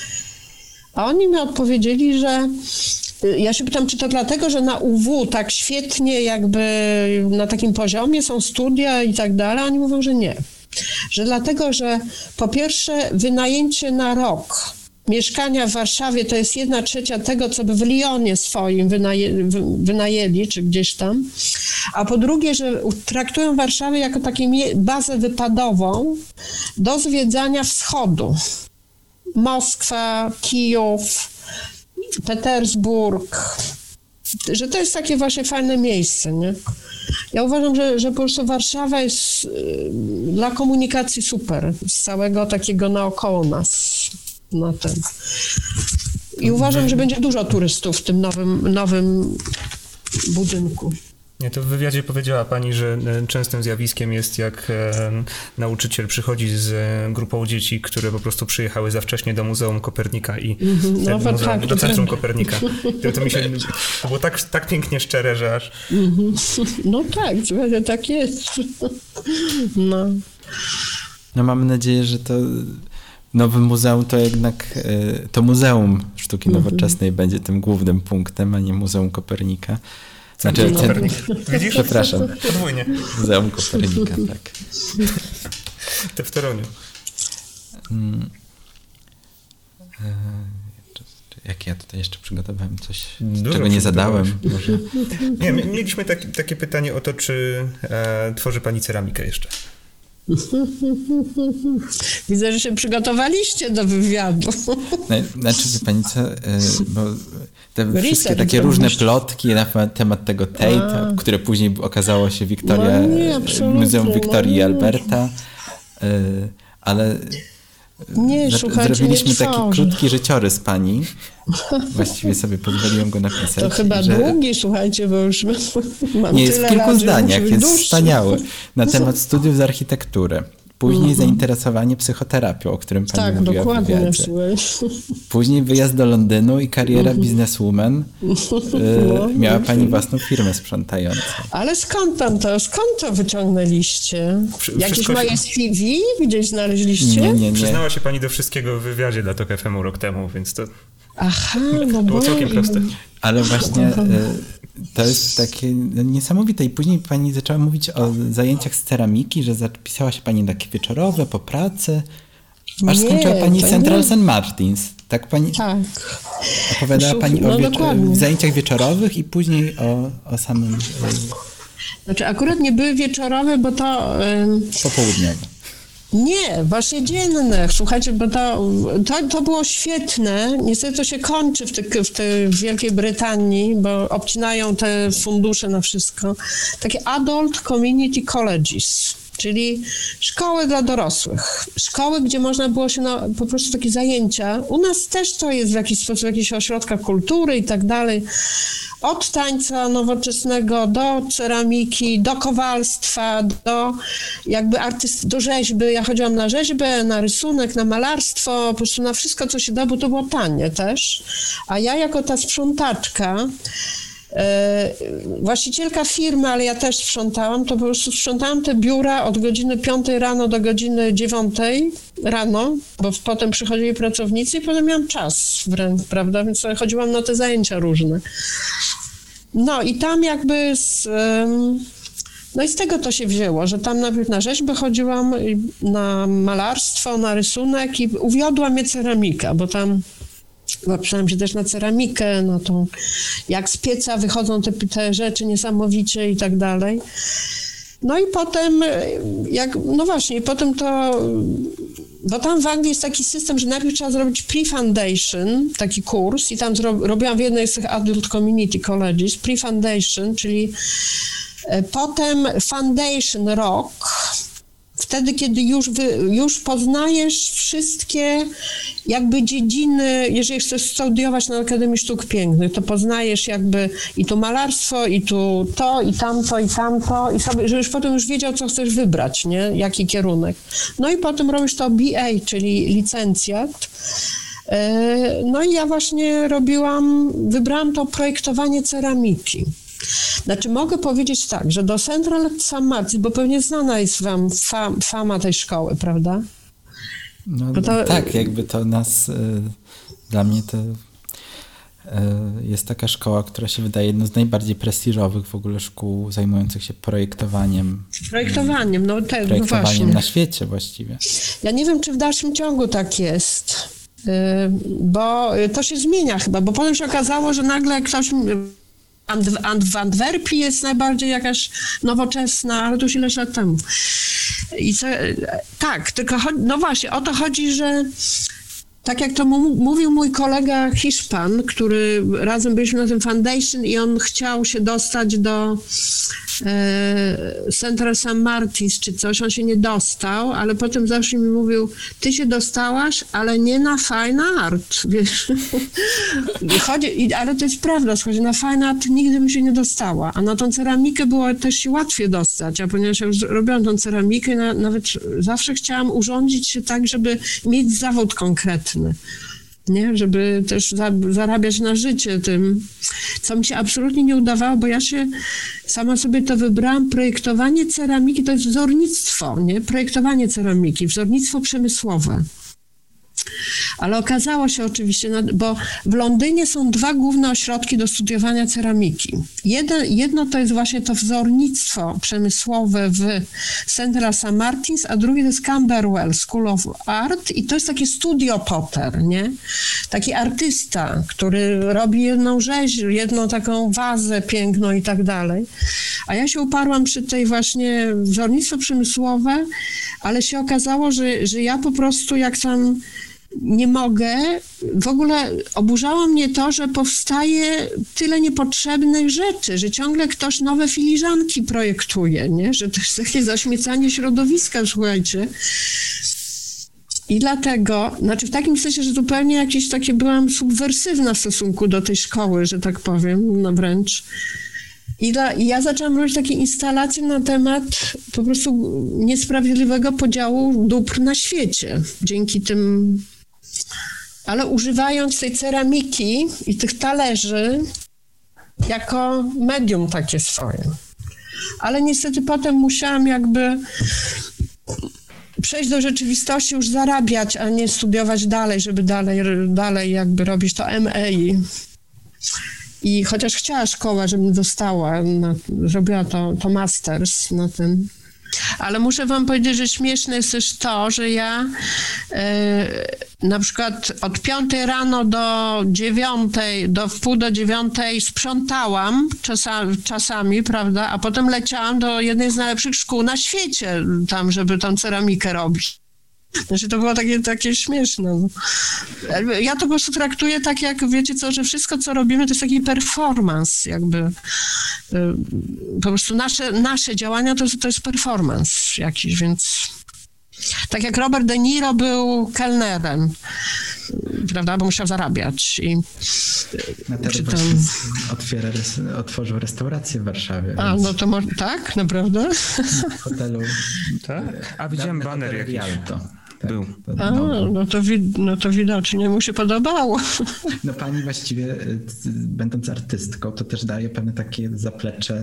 A oni mi odpowiedzieli, że ja się pytam, czy to dlatego, że na U W tak świetnie jakby na takim poziomie są studia i tak dalej, a oni mówią, że nie. Że dlatego, że po pierwsze wynajęcie na rok mieszkania w Warszawie to jest jedna trzecia tego, co by w Lyonie swoim wynaje, wynajęli, czy gdzieś tam. A po drugie, że traktują Warszawę jako taką bazę wypadową do zwiedzania wschodu. Moskwa, Kijów, Petersburg. Że to jest takie właśnie fajne miejsce, nie? Ja uważam, że, że po prostu Warszawa jest y, dla komunikacji super, z całego takiego naokoło nas. Na ten. I uważam, że będzie dużo turystów w tym nowym, nowym budynku. Nie, to w wywiadzie powiedziała pani, że częstym zjawiskiem jest, jak e, nauczyciel przychodzi z e, grupą dzieci, które po prostu przyjechały za wcześnie do Muzeum Kopernika i Mm-hmm, no, muzeum, tak, do Centrum to... Kopernika. To, to mi się to było tak, tak pięknie szczere, że aż... Mm-hmm. No tak, słuchajcie, tak jest. No. No mam nadzieję, że to nowe muzeum to jednak to Muzeum Sztuki Nowoczesnej mm-hmm. będzie tym głównym punktem, a nie Muzeum Kopernika. Znaczy, no. ten, Widzisz? Przepraszam. Podwójnie. Muzeum Kopernika, tak. Te w Toruniu. Hmm. Jak ja tutaj jeszcze przygotowałem coś, Dużo czego nie zadałem. Może. Nie, mieliśmy taki, takie pytanie o to, czy e, tworzy pani ceramikę jeszcze. Widzę, że się przygotowaliście do wywiadu. Znaczy, wie pani co, bo te Research wszystkie takie różne myśl. plotki na temat tego Tate'a, które później okazało się Wiktoria, no Muzeum Wiktorii i Alberta, ale nie, słuchajcie, zrobiliśmy nie taki krótki życiorys pani. Właściwie sobie pozwoliłem go napisać. To chyba że... długi, słuchajcie, bo już mam nie, jest w kilku lat, zdaniach, jest dłuższy. wspaniały. Na temat studiów z architektury. Później mm-hmm. zainteresowanie psychoterapią, o którym pani tak, mówiła w wywiadzie. Później wyjazd do Londynu i kariera mm-hmm. bizneswoman. No, y, miała pani własną firmę sprzątającą. Ale skąd tam to? Skąd to wyciągnęliście? Jakieś moje C V gdzieś znaleźliście? Nie, nie, nie. Przyznała się pani do wszystkiego w wywiadzie dla Tok F M rok temu, więc to Aha, no było całkiem proste. Ale właśnie y, to jest takie niesamowite. I później pani zaczęła mówić o zajęciach z ceramiki, że zapisała się pani na takie wieczorowe po pracy. Aż nie, skończyła pani Central Saint Martins. Tak pani tak. opowiadała Szuk, pani no o wiecz- zajęciach wieczorowych i później o, o samym... Znaczy akurat nie były wieczorowe, bo to... Um... Popołudniowe. Nie, właśnie dzienne. Słuchajcie, bo to, to, to było świetne. Niestety to się kończy w, te, w, te, w Wielkiej Brytanii, bo obcinają te fundusze na wszystko. Takie Adult Community Colleges, czyli szkoły dla dorosłych. Szkoły, gdzie można było się na, po prostu takie zajęcia. U nas też to jest w jakiś sposób, w jakichś ośrodkach kultury i tak dalej. Od tańca nowoczesnego do ceramiki, do kowalstwa, do jakby artyst, do rzeźby. Ja chodziłam na rzeźbę, na rysunek, na malarstwo, po prostu na wszystko, co się da, bo to było tanie też. A ja jako ta sprzątaczka, e, właścicielka firmy, ale ja też sprzątałam, to po prostu sprzątałam te biura od godziny piątej rano do godziny dziewiątej rano, bo potem przychodzili pracownicy i potem miałam czas wręcz, prawda, więc chodziłam na te zajęcia różne. No i tam jakby z, no i z tego to się wzięło, że tam najpierw na rzeźbę chodziłam, na malarstwo, na rysunek i uwiodła mnie ceramika, bo tam zapisałam się też na ceramikę, na tą, jak z pieca wychodzą te, te rzeczy niesamowicie i tak dalej. No i potem, jak, no właśnie, i potem to, bo tam w Anglii jest taki system, że najpierw trzeba zrobić pre-foundation, taki kurs i tam zro, robiłam w jednej z tych Adult Community Colleges, pre-foundation, czyli potem foundation rok, wtedy, kiedy już, wy, już poznajesz wszystkie jakby dziedziny, jeżeli chcesz studiować na Akademii Sztuk Pięknych, to poznajesz jakby i tu malarstwo, i tu to, i tamto, i tamto, i sobie, żebyś potem już wiedział, co chcesz wybrać, nie? Jaki kierunek. No i potem robisz to B A, czyli licencjat. No i ja właśnie robiłam, wybrałam to projektowanie ceramiki. Znaczy mogę powiedzieć tak, że do Central Saint Martins, bo pewnie znana jest wam fam, fama tej szkoły, prawda? No, to, tak, jakby to nas, y, dla mnie to y, jest taka szkoła, która się wydaje jedną z najbardziej prestiżowych w ogóle szkół zajmujących się projektowaniem. Projektowaniem, no te, Projektowaniem no na świecie właściwie. Ja nie wiem, czy w dalszym ciągu tak jest. bo to się zmienia chyba, bo potem się okazało, że nagle ktoś... W Antwerpii jest najbardziej jakaś nowoczesna, ale to już ileś lat temu. I co, tak, tylko no właśnie, o to chodzi, że tak jak to mówił mój kolega Hiszpan, który razem byliśmy na tym foundation i on chciał się dostać do e, Central Saint Martins czy coś, on się nie dostał, ale potem zawsze mi mówił, ty się dostałaś, ale nie na fine art, wiesz. Chodzi, ale to jest prawda, słuchajcie, na fine art nigdy bym się nie dostała, a na tą ceramikę było też się łatwiej dostać, a ponieważ ja już robiłam tą ceramikę, na, nawet zawsze chciałam urządzić się tak, żeby mieć zawód konkretny. Nie? Żeby też za, zarabiać na życie tym, co mi się absolutnie nie udawało, bo ja się sama sobie to wybrałam. Projektowanie ceramiki to jest wzornictwo, nie? Projektowanie ceramiki, wzornictwo przemysłowe. Ale okazało się oczywiście, bo w Londynie są dwa główne ośrodki do studiowania ceramiki. Jedno, jedno to jest właśnie to wzornictwo przemysłowe w Central Saint Martins, a drugie to jest Camberwell School of Art i to jest takie studio Potter, nie? Taki artysta, który robi jedną rzeź, jedną taką wazę piękną i tak dalej. A ja się uparłam przy tej właśnie wzornictwo przemysłowe, ale się okazało, że, że ja po prostu jak tam nie mogę, w ogóle oburzało mnie to, że powstaje tyle niepotrzebnych rzeczy, że ciągle ktoś nowe filiżanki projektuje, nie? Że to jest takie zaśmiecanie środowiska, słuchajcie. I dlatego, znaczy w takim sensie, że zupełnie jakieś takie byłam subwersywna w stosunku do tej szkoły, że tak powiem, no wręcz. I, dla, I ja zaczęłam robić takie instalacje na temat po prostu niesprawiedliwego podziału dóbr na świecie. Dzięki tym, ale używając tej ceramiki i tych talerzy jako medium takie swoje. Ale niestety potem musiałam jakby przejść do rzeczywistości, już zarabiać, a nie studiować dalej, żeby dalej, dalej jakby robić to M A. I chociaż chciała szkoła, żebym dostała, na, zrobiła to, to masters na tym. Ale muszę wam powiedzieć, że śmieszne jest też to, że ja yy, na przykład od piątej rano do dziewiątej, do wpół do dziewiątej sprzątałam czasami, czasami, prawda, a potem leciałam do jednej z najlepszych szkół na świecie tam, żeby tą ceramikę robić. Znaczy to było takie, takie śmieszne. Ja to po prostu traktuję tak jak, wiecie co, że wszystko co robimy to jest taki performance jakby. Po prostu nasze, nasze działania to, to jest performance jakiś, więc tak jak Robert De Niro był kelnerem, prawda, bo musiał zarabiać. I czy tam... otwiera, otworzył restaurację w Warszawie. A, więc... no to może, tak? Naprawdę? W hotelu. Tak? A widziałem baner jakiś. To. Tak, był. To, A, no to, wi- no to widocznie mu się podobało. No pani właściwie, będąc artystką, to też daje pewne takie zaplecze,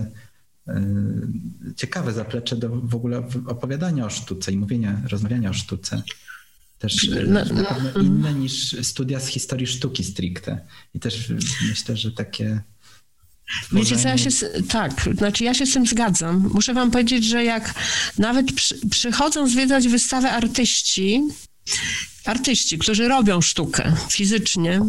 ciekawe zaplecze do w ogóle opowiadania o sztuce i mówienia, rozmawiania o sztuce. Też no, no, na pewno inne niż studia z historii sztuki stricte. I też myślę, że takie... Tworzenie... Wiecie co, ja się, tak, znaczy ja się z tym zgadzam. Muszę wam powiedzieć, że jak nawet przy, przychodzą zwiedzać wystawę artyści, artyści, którzy robią sztukę fizycznie,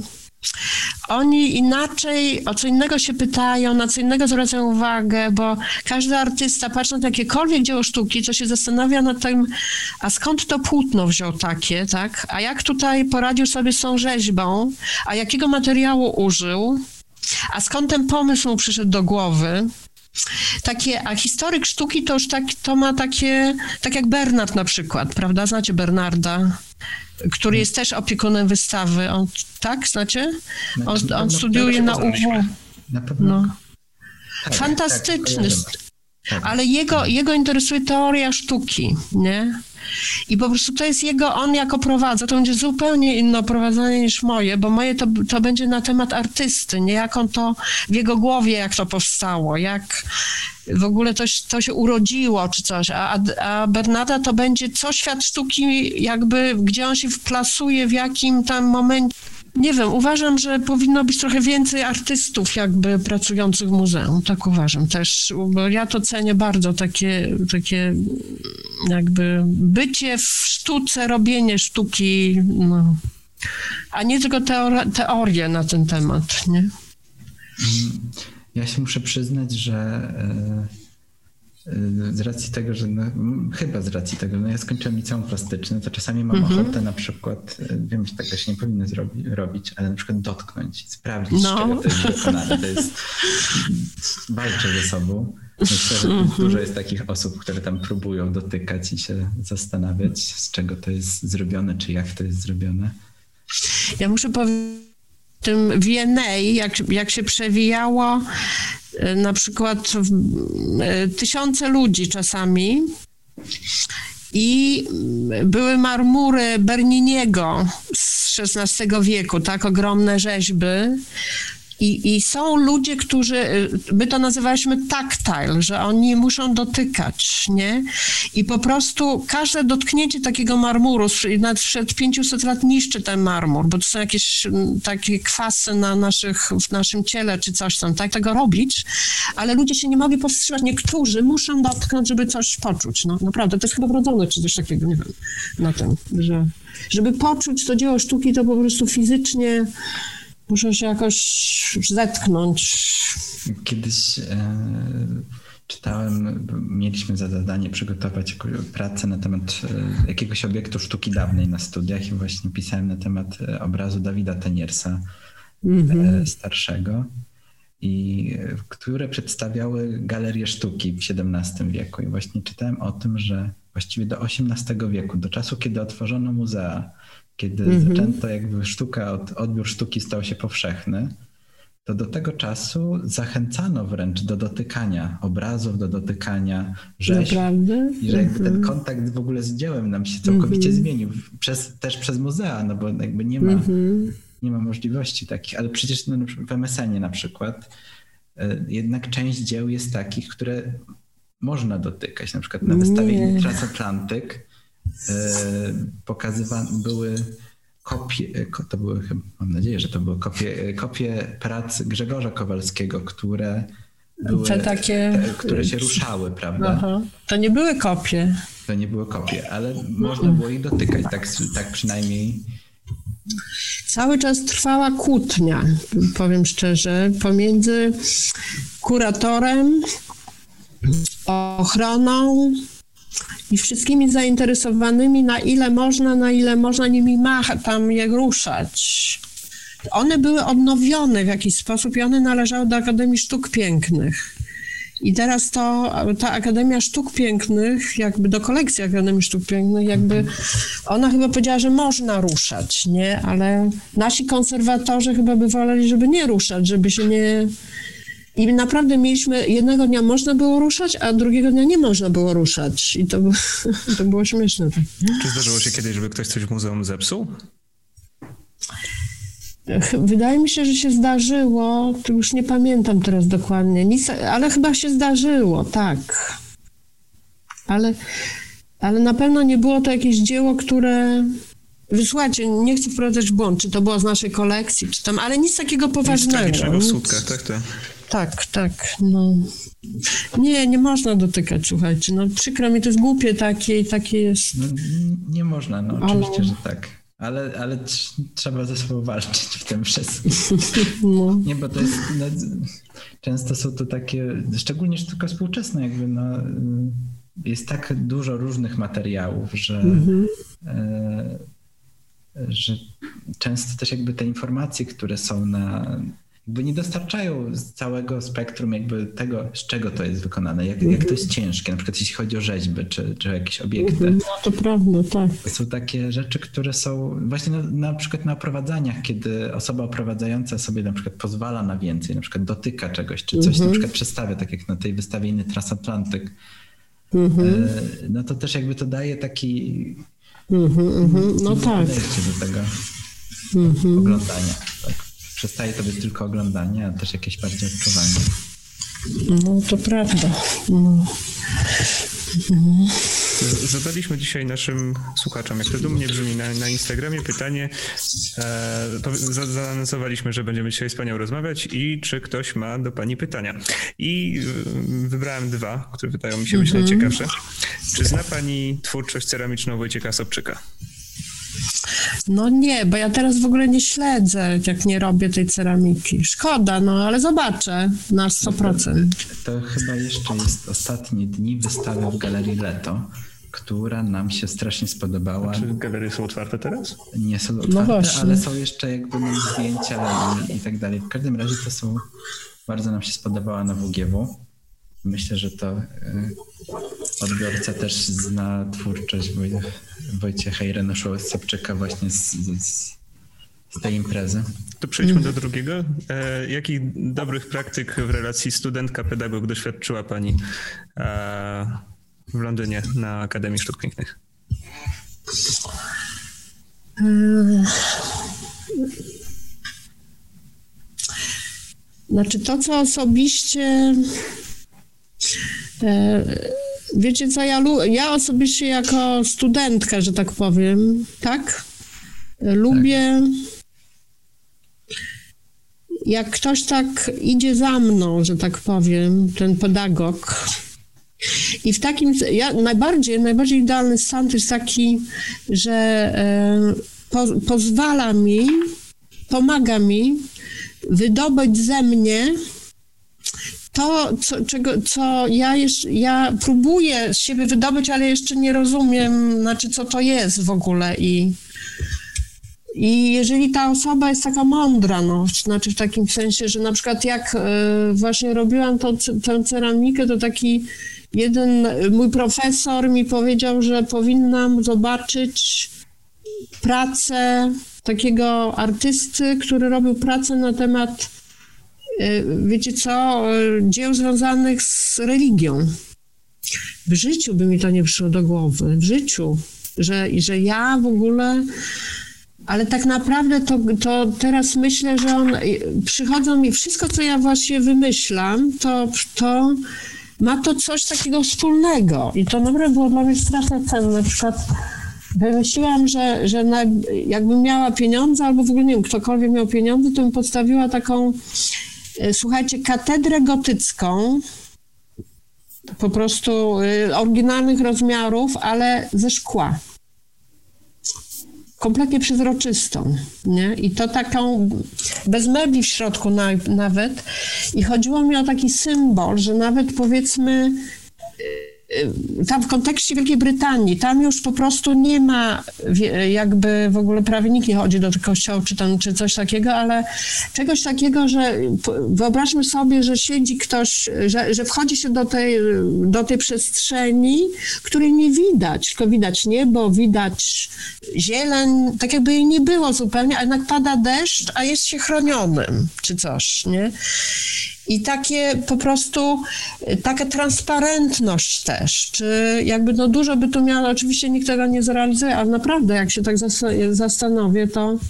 oni inaczej, o co innego się pytają, na co innego zwracają uwagę, bo każdy artysta, patrząc na jakiekolwiek dzieło sztuki, to się zastanawia nad tym, a skąd to płótno wziął takie, tak? A jak tutaj poradził sobie z tą rzeźbą, a jakiego materiału użył, a skąd ten pomysł mu przyszedł do głowy. Takie, a historyk sztuki to już tak, to ma takie, tak jak Bernard na przykład, prawda? Znacie Bernarda, który jest też opiekunem wystawy. On, tak, znacie? On, on studiuje na U W. Na pewno. No. Tak, Fantastyczny. Tak, tak. Ale jego, jego interesuje teoria sztuki, nie? I po prostu to jest jego, on jako prowadza, to będzie zupełnie inne prowadzenie niż moje, bo moje to, to będzie na temat artysty, nie? Jak on to, w jego głowie jak to powstało, jak w ogóle to, to się urodziło czy coś, a, a Bernarda to będzie co świat sztuki jakby, gdzie on się wplasuje, w jakim tam momencie. Nie wiem, uważam, że powinno być trochę więcej artystów jakby pracujących w muzeum, tak uważam też, bo ja to cenię bardzo, takie, takie jakby bycie w sztuce, robienie sztuki, no. A nie tylko teori- teorie na ten temat, nie? Ja się muszę przyznać, że z racji tego, że no, chyba z racji tego, no ja skończyłem liceum plastyczne, to czasami mam mhm. ochotę na przykład, wiem, że tego się nie powinno zrobić, robić, ale na przykład dotknąć, sprawdzić, no. z czego to jest wykonane. To jest, walczę ze sobą. Myślę, że mhm. dużo jest takich osób, które tam próbują dotykać i się zastanawiać, z czego to jest zrobione, czy jak to jest zrobione. Ja muszę powiedzieć, w tym V N A, jak, jak się przewijało na przykład tysiące ludzi czasami i były marmury Berniniego z szesnastego wieku, tak, ogromne rzeźby. I, I są ludzie, którzy, my to nazywaliśmy tactile, że oni muszą dotykać, nie? I po prostu każde dotknięcie takiego marmuru, nawet przed pięciuset lat niszczy ten marmur, bo to są jakieś takie kwasy na naszych, w naszym ciele czy coś tam, tak? Tego robić, ale ludzie się nie mogli powstrzymać. Niektórzy muszą dotknąć, żeby coś poczuć. No naprawdę, to jest chyba wrodzone czy coś takiego, nie wiem, na tym, że żeby poczuć to dzieło sztuki, to po prostu fizycznie muszę się jakoś zetknąć. Kiedyś e, czytałem, mieliśmy za zadanie przygotować pracę na temat e, jakiegoś obiektu sztuki dawnej na studiach i właśnie pisałem na temat obrazu Davida Teniersa mm-hmm. e, starszego, i które przedstawiały galerię sztuki w siedemnastym wieku. I właśnie czytałem o tym, że właściwie do osiemnastego wieku, do czasu, kiedy otworzono muzea, kiedy mm-hmm. zaczęto jakby sztuka, od, odbiór sztuki stał się powszechny, to do tego czasu zachęcano wręcz do dotykania obrazów, do dotykania rzeźb. Naprawdę? I że jakby mm-hmm. ten kontakt w ogóle z dziełem nam się całkowicie mm-hmm. zmienił. Przez, też przez muzea, no bo jakby nie ma, mm-hmm. nie ma możliwości takich. Ale przecież no, w M S N-ie na przykład y, jednak część dzieł jest takich, które można dotykać. Na przykład na wystawie Transatlantyk pokazywane były kopie, to były, mam nadzieję, że to były kopie, kopie prac Grzegorza Kowalskiego, które były, te takie... te, które się ruszały, prawda? Aha. To nie były kopie. To nie były kopie, ale można było ich dotykać, tak, tak przynajmniej. Cały czas trwała kłótnia, powiem szczerze, pomiędzy kuratorem, ochroną i wszystkimi zainteresowanymi, na ile można, na ile można nimi macha, tam je ruszać. One były odnowione w jakiś sposób i one należały do Akademii Sztuk Pięknych. I teraz to, ta Akademia Sztuk Pięknych, jakby do kolekcji Akademii Sztuk Pięknych, jakby ona chyba powiedziała, że można ruszać, nie? Ale nasi konserwatorzy chyba by woleli, żeby nie ruszać, żeby się nie... I naprawdę mieliśmy, jednego dnia można było ruszać, a drugiego dnia nie można było ruszać. I to, to było śmieszne. Tak. Czy zdarzyło się kiedyś, żeby ktoś coś w muzeum zepsuł? Wydaje mi się, że się zdarzyło, to już nie pamiętam teraz dokładnie, nic, ale chyba się zdarzyło, tak. Ale, ale na pewno nie było to jakieś dzieło, które... Wysłuchajcie, nie chcę wprowadzać w błąd, czy to było z naszej kolekcji, czy tam, ale nic takiego poważnego. Nic tragicznego w słupkach, tak to. Tak, tak, no. Nie, nie można dotykać, słuchajcie, no przykro mi, to jest głupie takie i takie jest. No, nie można, no oczywiście, ale... że tak. Ale, ale trzeba ze sobą walczyć w tym wszystkim. No. Nie, bo to jest, no, często są to takie, szczególnie sztuka współczesna, jakby no, jest tak dużo różnych materiałów, że, mhm. e, że często też jakby te informacje, które są na... jakby nie dostarczają z całego spektrum jakby tego, z czego to jest wykonane, jak, mm-hmm. jak to jest ciężkie, na przykład jeśli chodzi o rzeźby czy, czy jakieś obiekty. No to prawda, tak. To są takie rzeczy, które są właśnie na, na przykład na oprowadzaniach, kiedy osoba oprowadzająca sobie na przykład pozwala na więcej, na przykład dotyka czegoś, czy coś mm-hmm. na przykład przedstawia, tak jak na tej wystawie Inny Transatlantyk, mm-hmm. no to też jakby to daje taki mm-hmm. no tak. do tego mm-hmm. oglądania, tak. Przestaje to być tylko oglądanie, a też jakieś bardziej odczuwanie. No to prawda. No. Mhm. Zadaliśmy dzisiaj naszym słuchaczom, jak to dumnie brzmi, na, na Instagramie pytanie, e, zaanonsowaliśmy, że będziemy dzisiaj z panią rozmawiać i czy ktoś ma do pani pytania. I wybrałem dwa, które wydają mi się być mhm. najciekawsze. Czy zna pani twórczość ceramiczną Wojciecha Sobczyka? No nie, bo ja teraz w ogóle nie śledzę, jak nie robię tej ceramiki. Szkoda, no ale zobaczę na sto procent. To, to chyba jeszcze jest ostatnie dni wystawy w Galerii Leto, która nam się strasznie spodobała. Czy galerie są otwarte teraz? Nie są No otwarte, ale są jeszcze jakby nam zdjęcia i, i tak dalej. W każdym razie to są, bardzo nam się spodobała na W G W. Myślę, że to y, odbiorca też zna twórczość Woj, Wojciecha i Ireneusza Sobczyka właśnie z, z, z tej imprezy. To przejdźmy do drugiego. E, jakich dobrych praktyk w relacji studentka-pedagog doświadczyła Pani e, w Londynie na Akademii Sztuk Pięknych? Znaczy to, co osobiście... Wiecie co, ja, ja osobiście jako studentka, że tak powiem, tak? Lubię, jak ktoś tak idzie za mną, że tak powiem, ten pedagog. I w takim, ja najbardziej, najbardziej idealny stan to jest taki, że e, po, pozwala mi, pomaga mi wydobyć ze mnie to, co, czego, co ja, jeszcze, ja próbuję z siebie wydobyć, ale jeszcze nie rozumiem, znaczy, co to jest w ogóle. I, i jeżeli ta osoba jest taka mądra, no, znaczy w takim sensie, że na przykład jak y, właśnie robiłam to, tę ceramikę, to taki jeden mój profesor mi powiedział, że powinnam zobaczyć pracę takiego artysty, który robił pracę na temat, wiecie co, dzieł związanych z religią. W życiu by mi to nie przyszło do głowy, w życiu, że, że ja w ogóle, ale tak naprawdę to, to teraz myślę, że on, przychodzą mi, wszystko co ja właśnie wymyślam, to, to ma to coś takiego wspólnego i to naprawdę było dla mnie strasznie cenne. Na przykład wymyśliłam, że, że na, jakbym miała pieniądze, albo w ogóle nie wiem, ktokolwiek miał pieniądze, to bym postawiła taką, słuchajcie, katedrę gotycką, po prostu y, oryginalnych rozmiarów, ale ze szkła. Kompletnie przezroczystą, nie? I to taką, bez mebli w środku na, nawet. I chodziło mi o taki symbol, że nawet powiedzmy, tam w kontekście Wielkiej Brytanii, tam już po prostu nie ma, jakby w ogóle prawie nikt nie chodzi do tych kościołów czy, tam, czy coś takiego, ale czegoś takiego, że wyobraźmy sobie, że siedzi ktoś, że, że wchodzi się do tej, do tej przestrzeni, której nie widać, tylko widać niebo, widać zieleń, tak jakby jej nie było zupełnie, a jednak pada deszcz, a jest się chronionym, czy coś, nie? I takie po prostu, taka transparentność też, czy jakby no dużo by tu miało, oczywiście nikt tego nie zrealizuje, ale naprawdę jak się tak zastanowię, to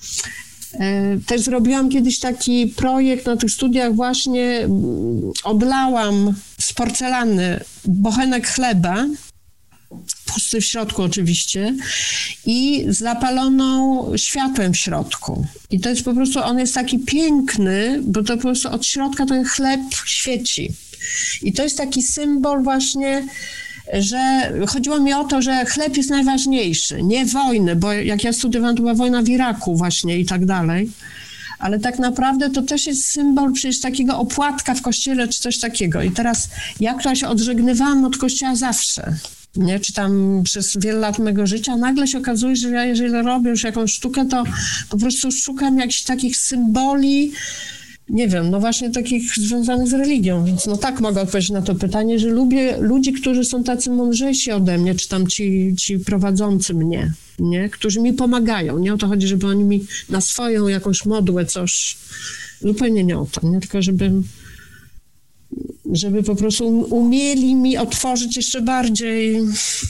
e, też zrobiłam kiedyś taki projekt na tych studiach właśnie, odlałam z porcelany bochenek chleba, pusty w środku oczywiście, i z zapaloną światłem w środku. I to jest po prostu, on jest taki piękny, bo to po prostu od środka ten chleb świeci. I to jest taki symbol właśnie, że chodziło mi o to, że chleb jest najważniejszy, nie wojny, bo jak ja studiowałam, to była wojna w Iraku właśnie i tak dalej. Ale tak naprawdę to też jest symbol przecież takiego opłatka w kościele czy coś takiego. I teraz ja, która się odżegnywałam od kościoła zawsze, nie? Czy tam przez wiele lat mego życia, nagle się okazuje, że ja jeżeli robię już jakąś sztukę, to po prostu szukam jakichś takich symboli, nie wiem, no właśnie takich związanych z religią, więc no tak mogę odpowiedzieć na to pytanie, że lubię ludzi, którzy są tacy mądrzejsi ode mnie, czy tam ci, ci prowadzący mnie, nie? Którzy mi pomagają. Nie o to chodzi, żeby oni mi na swoją jakąś modłę coś, zupełnie nie o to, nie? Tylko żeby żeby po prostu umieli mi otworzyć jeszcze bardziej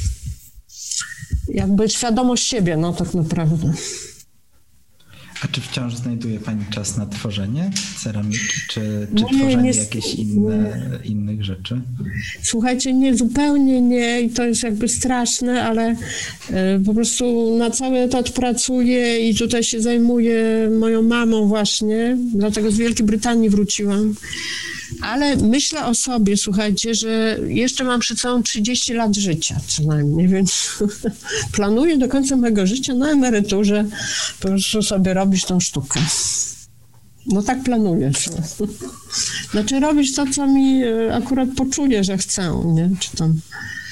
jakby świadomość siebie, no tak naprawdę. A czy wciąż znajduje Pani czas na tworzenie ceramiki, czy, czy nie, tworzenie nie, jakichś inne, innych rzeczy? Słuchajcie, nie, zupełnie nie i to jest jakby straszne, ale y, po prostu na cały etat pracuję i tutaj się zajmuję moją mamą właśnie, dlatego z Wielkiej Brytanii wróciłam. Ale myślę o sobie, słuchajcie, że jeszcze mam przed sobą trzydzieści lat życia co najmniej, więc planuję do końca mojego życia na emeryturze po prostu sobie robić tą sztukę. No tak planuję. Znaczy robić to, co mi akurat poczuję, że chcę, nie? Czy tam...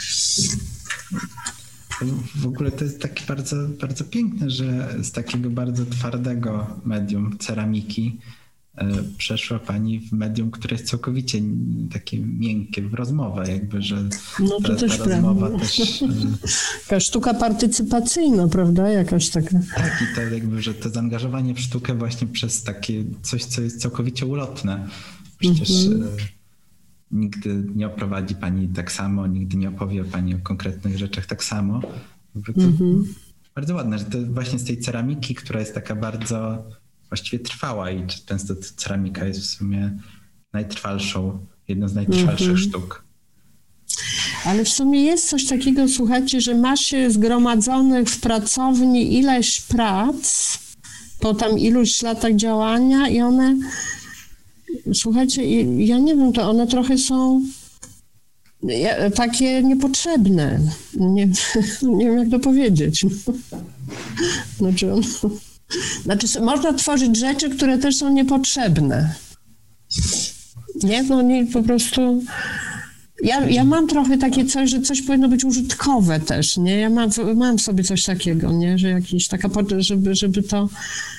W ogóle to jest takie bardzo, bardzo piękne, że z takiego bardzo twardego medium ceramiki przeszła pani w medium, które jest całkowicie takie miękkie, w rozmowę jakby, że no to ta, też ta rozmowa też... Taka sztuka partycypacyjna, prawda? Jakaś taka. Tak, i to jakby, że to zaangażowanie w sztukę właśnie przez takie coś, co jest całkowicie ulotne. Przecież mm-hmm. nigdy nie oprowadzi pani tak samo, nigdy nie opowie pani o konkretnych rzeczach tak samo. Mm-hmm. Bardzo ładne, że to właśnie z tej ceramiki, która jest taka bardzo właściwie trwała i często ceramika jest w sumie najtrwalszą, jedną z najtrwalszych mm-hmm. sztuk. Ale w sumie jest coś takiego, słuchajcie, że ma się zgromadzonych w pracowni ileś prac po tam iluś latach działania i one, słuchajcie, ja nie wiem, to one trochę są takie niepotrzebne. Nie, nie wiem, jak to powiedzieć. Znaczy, on, znaczy, można tworzyć rzeczy, które też są niepotrzebne. Nie, no nie, po prostu... Ja, ja mam trochę takie coś, że coś powinno być użytkowe też, nie? Ja mam, mam w sobie coś takiego, nie? Że jakiś taka, żeby, żeby to...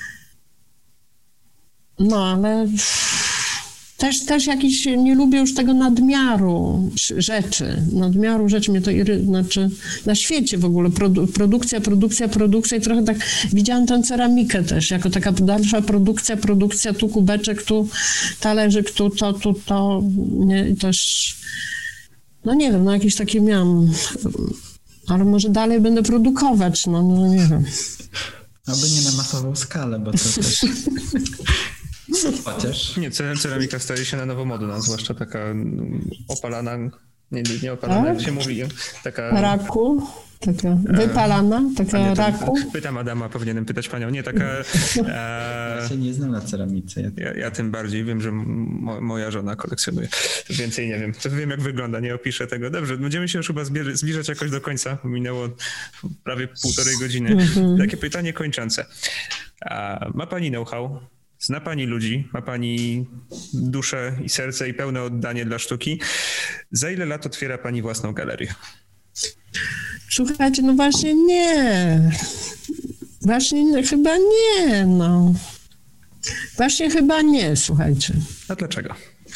No, ale też, też jakiś, nie lubię już tego nadmiaru rzeczy. Nadmiaru rzeczy mnie to iry... Znaczy, na świecie w ogóle produ, produkcja, produkcja, produkcja i trochę tak widziałam tę ceramikę też, jako taka dalsza produkcja, produkcja, tu kubeczek, tu talerzyk, tu to, tu to, nie? I też... No nie wiem, no jakieś takie miałam, ale może dalej będę produkować, no, no nie wiem. Aby nie na masową skalę, bo to też... Chociaż... Nie, ceramika staje się na nowomodna, zwłaszcza taka opalana, nie, nie opalana, tak? Jak się mówi, taka... Raku, taka wypalana, taka nie, raku. Pytam Adama, powinienem pytać panią, nie, taka... E... Ja się nie znam na ceramice. Ja, ja, ja tym bardziej wiem, że mo, moja żona kolekcjonuje. To więcej nie wiem, to wiem jak wygląda, nie opiszę tego. Dobrze, będziemy się już chyba zbliżać jakoś do końca, minęło prawie półtorej godziny. Mm-hmm. Takie pytanie kończące. A ma pani know-how? Zna pani ludzi, ma pani duszę i serce i pełne oddanie dla sztuki. Za ile lat otwiera pani własną galerię? Słuchajcie, no właśnie nie. Właśnie nie, chyba nie, no. Właśnie chyba nie, słuchajcie. A dlaczego?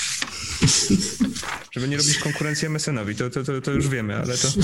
Żeby nie robić konkurencji em es en-owi, to, to, to, to już wiemy, ale to...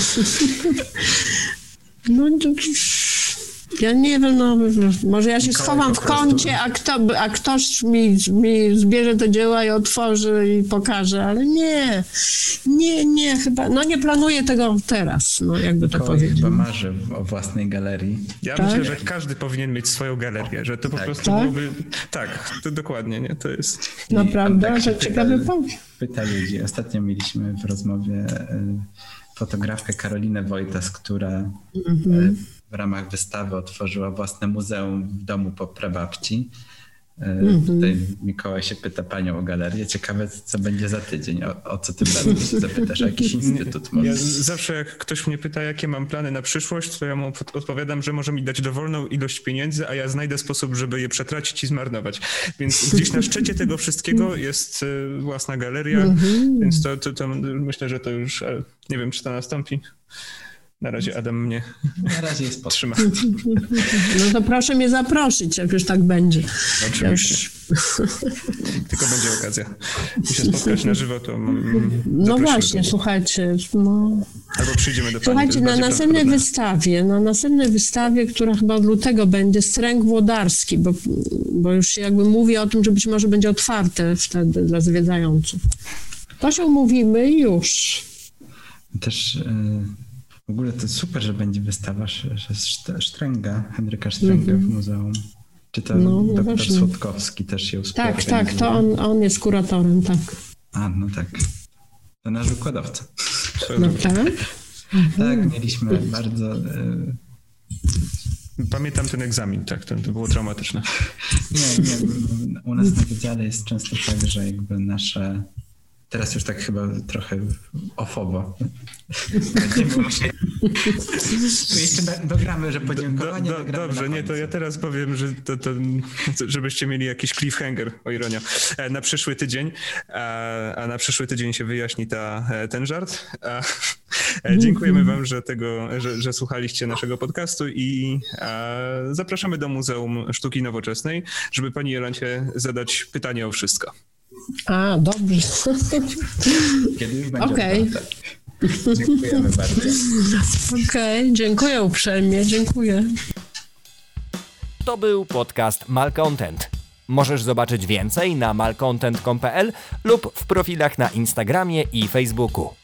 No to... Ja nie wiem, no może ja się Mikołaj schowam w kącie, a, kto, a ktoś mi, mi zbierze to dzieła i otworzy i pokaże, ale nie, nie, nie, chyba, no nie planuję tego teraz, no jakby to Mikołaj powiedzieć. chyba marzy o własnej galerii. Ja tak? myślę, że każdy powinien mieć swoją galerię, że to po tak. prostu tak? byłoby, tak, to dokładnie, nie, to jest... Naprawdę, tak że ciekawy pomysł. Pyta ludzi, ostatnio mieliśmy w rozmowie fotografkę Karolinę Wojtas, która... Mhm. w ramach wystawy otworzyła własne muzeum w domu po prababci. Mm-hmm. Tutaj Mikołaj się pyta panią o galerię. Ciekawe, co będzie za tydzień. O, o co tym razem się zapytasz? O jakiś instytut może? Ja zawsze jak ktoś mnie pyta, jakie mam plany na przyszłość, to ja mu odpowiadam, że może mi dać dowolną ilość pieniędzy, a ja znajdę sposób, żeby je przetracić i zmarnować. Więc gdzieś na szczycie tego wszystkiego jest własna galeria, mm-hmm. więc to, to, to myślę, że to już nie wiem, czy to nastąpi. Na razie Adam mnie Na razie jest trzyma. No to proszę mnie zaprosić, jak już tak będzie. Oczywiście. Już... Tylko będzie okazja. I się spotkać na żywo, to no właśnie, do... słuchajcie. No... Albo przyjdziemy do pani. Słuchajcie, na następnej wystawie, na następnej wystawie, która chyba od lutego będzie, Stręg Włodarski, bo, bo już się jakby mówi o tym, że być może będzie otwarte wtedy dla zwiedzających. To się umówimy i już. Też... Y- W ogóle to super, że będzie wystawa Sztręga, Henryka Sztręga mm-hmm. w muzeum. Czy to no, doktor właśnie. Słodkowski też się współorganizuje? Tak, tak, to on, on jest kuratorem, tak. A, no tak. To nasz wykładowca. No tak? Tak, mieliśmy bardzo... Y- Pamiętam ten egzamin, tak, to, to było traumatyczne. Nie, nie, u nas na wydziale jest często tak, że jakby nasze teraz już tak chyba trochę ofowo. Będziemy musieli... jeszcze dogramy, że podziękowanie. Do, do, dobrze, nie, to ja teraz powiem, że to, to, żebyście mieli jakiś cliffhanger, o ironia, na przyszły tydzień, a, a na przyszły tydzień się wyjaśni ta, ten żart. A, dziękujemy wam, że, tego, że, że słuchaliście naszego podcastu i a, zapraszamy do Muzeum Sztuki Nowoczesnej, żeby pani Jolancie zadać pytanie o wszystko. A, dobrze. Kiedy już będzie Okej. okay. Dziękujemy bardzo. Okej, okay, dziękuję uprzejmie, dziękuję. To był podcast Malcontent. Możesz zobaczyć więcej na malcontent kropka p l lub w profilach na Instagramie i Facebooku.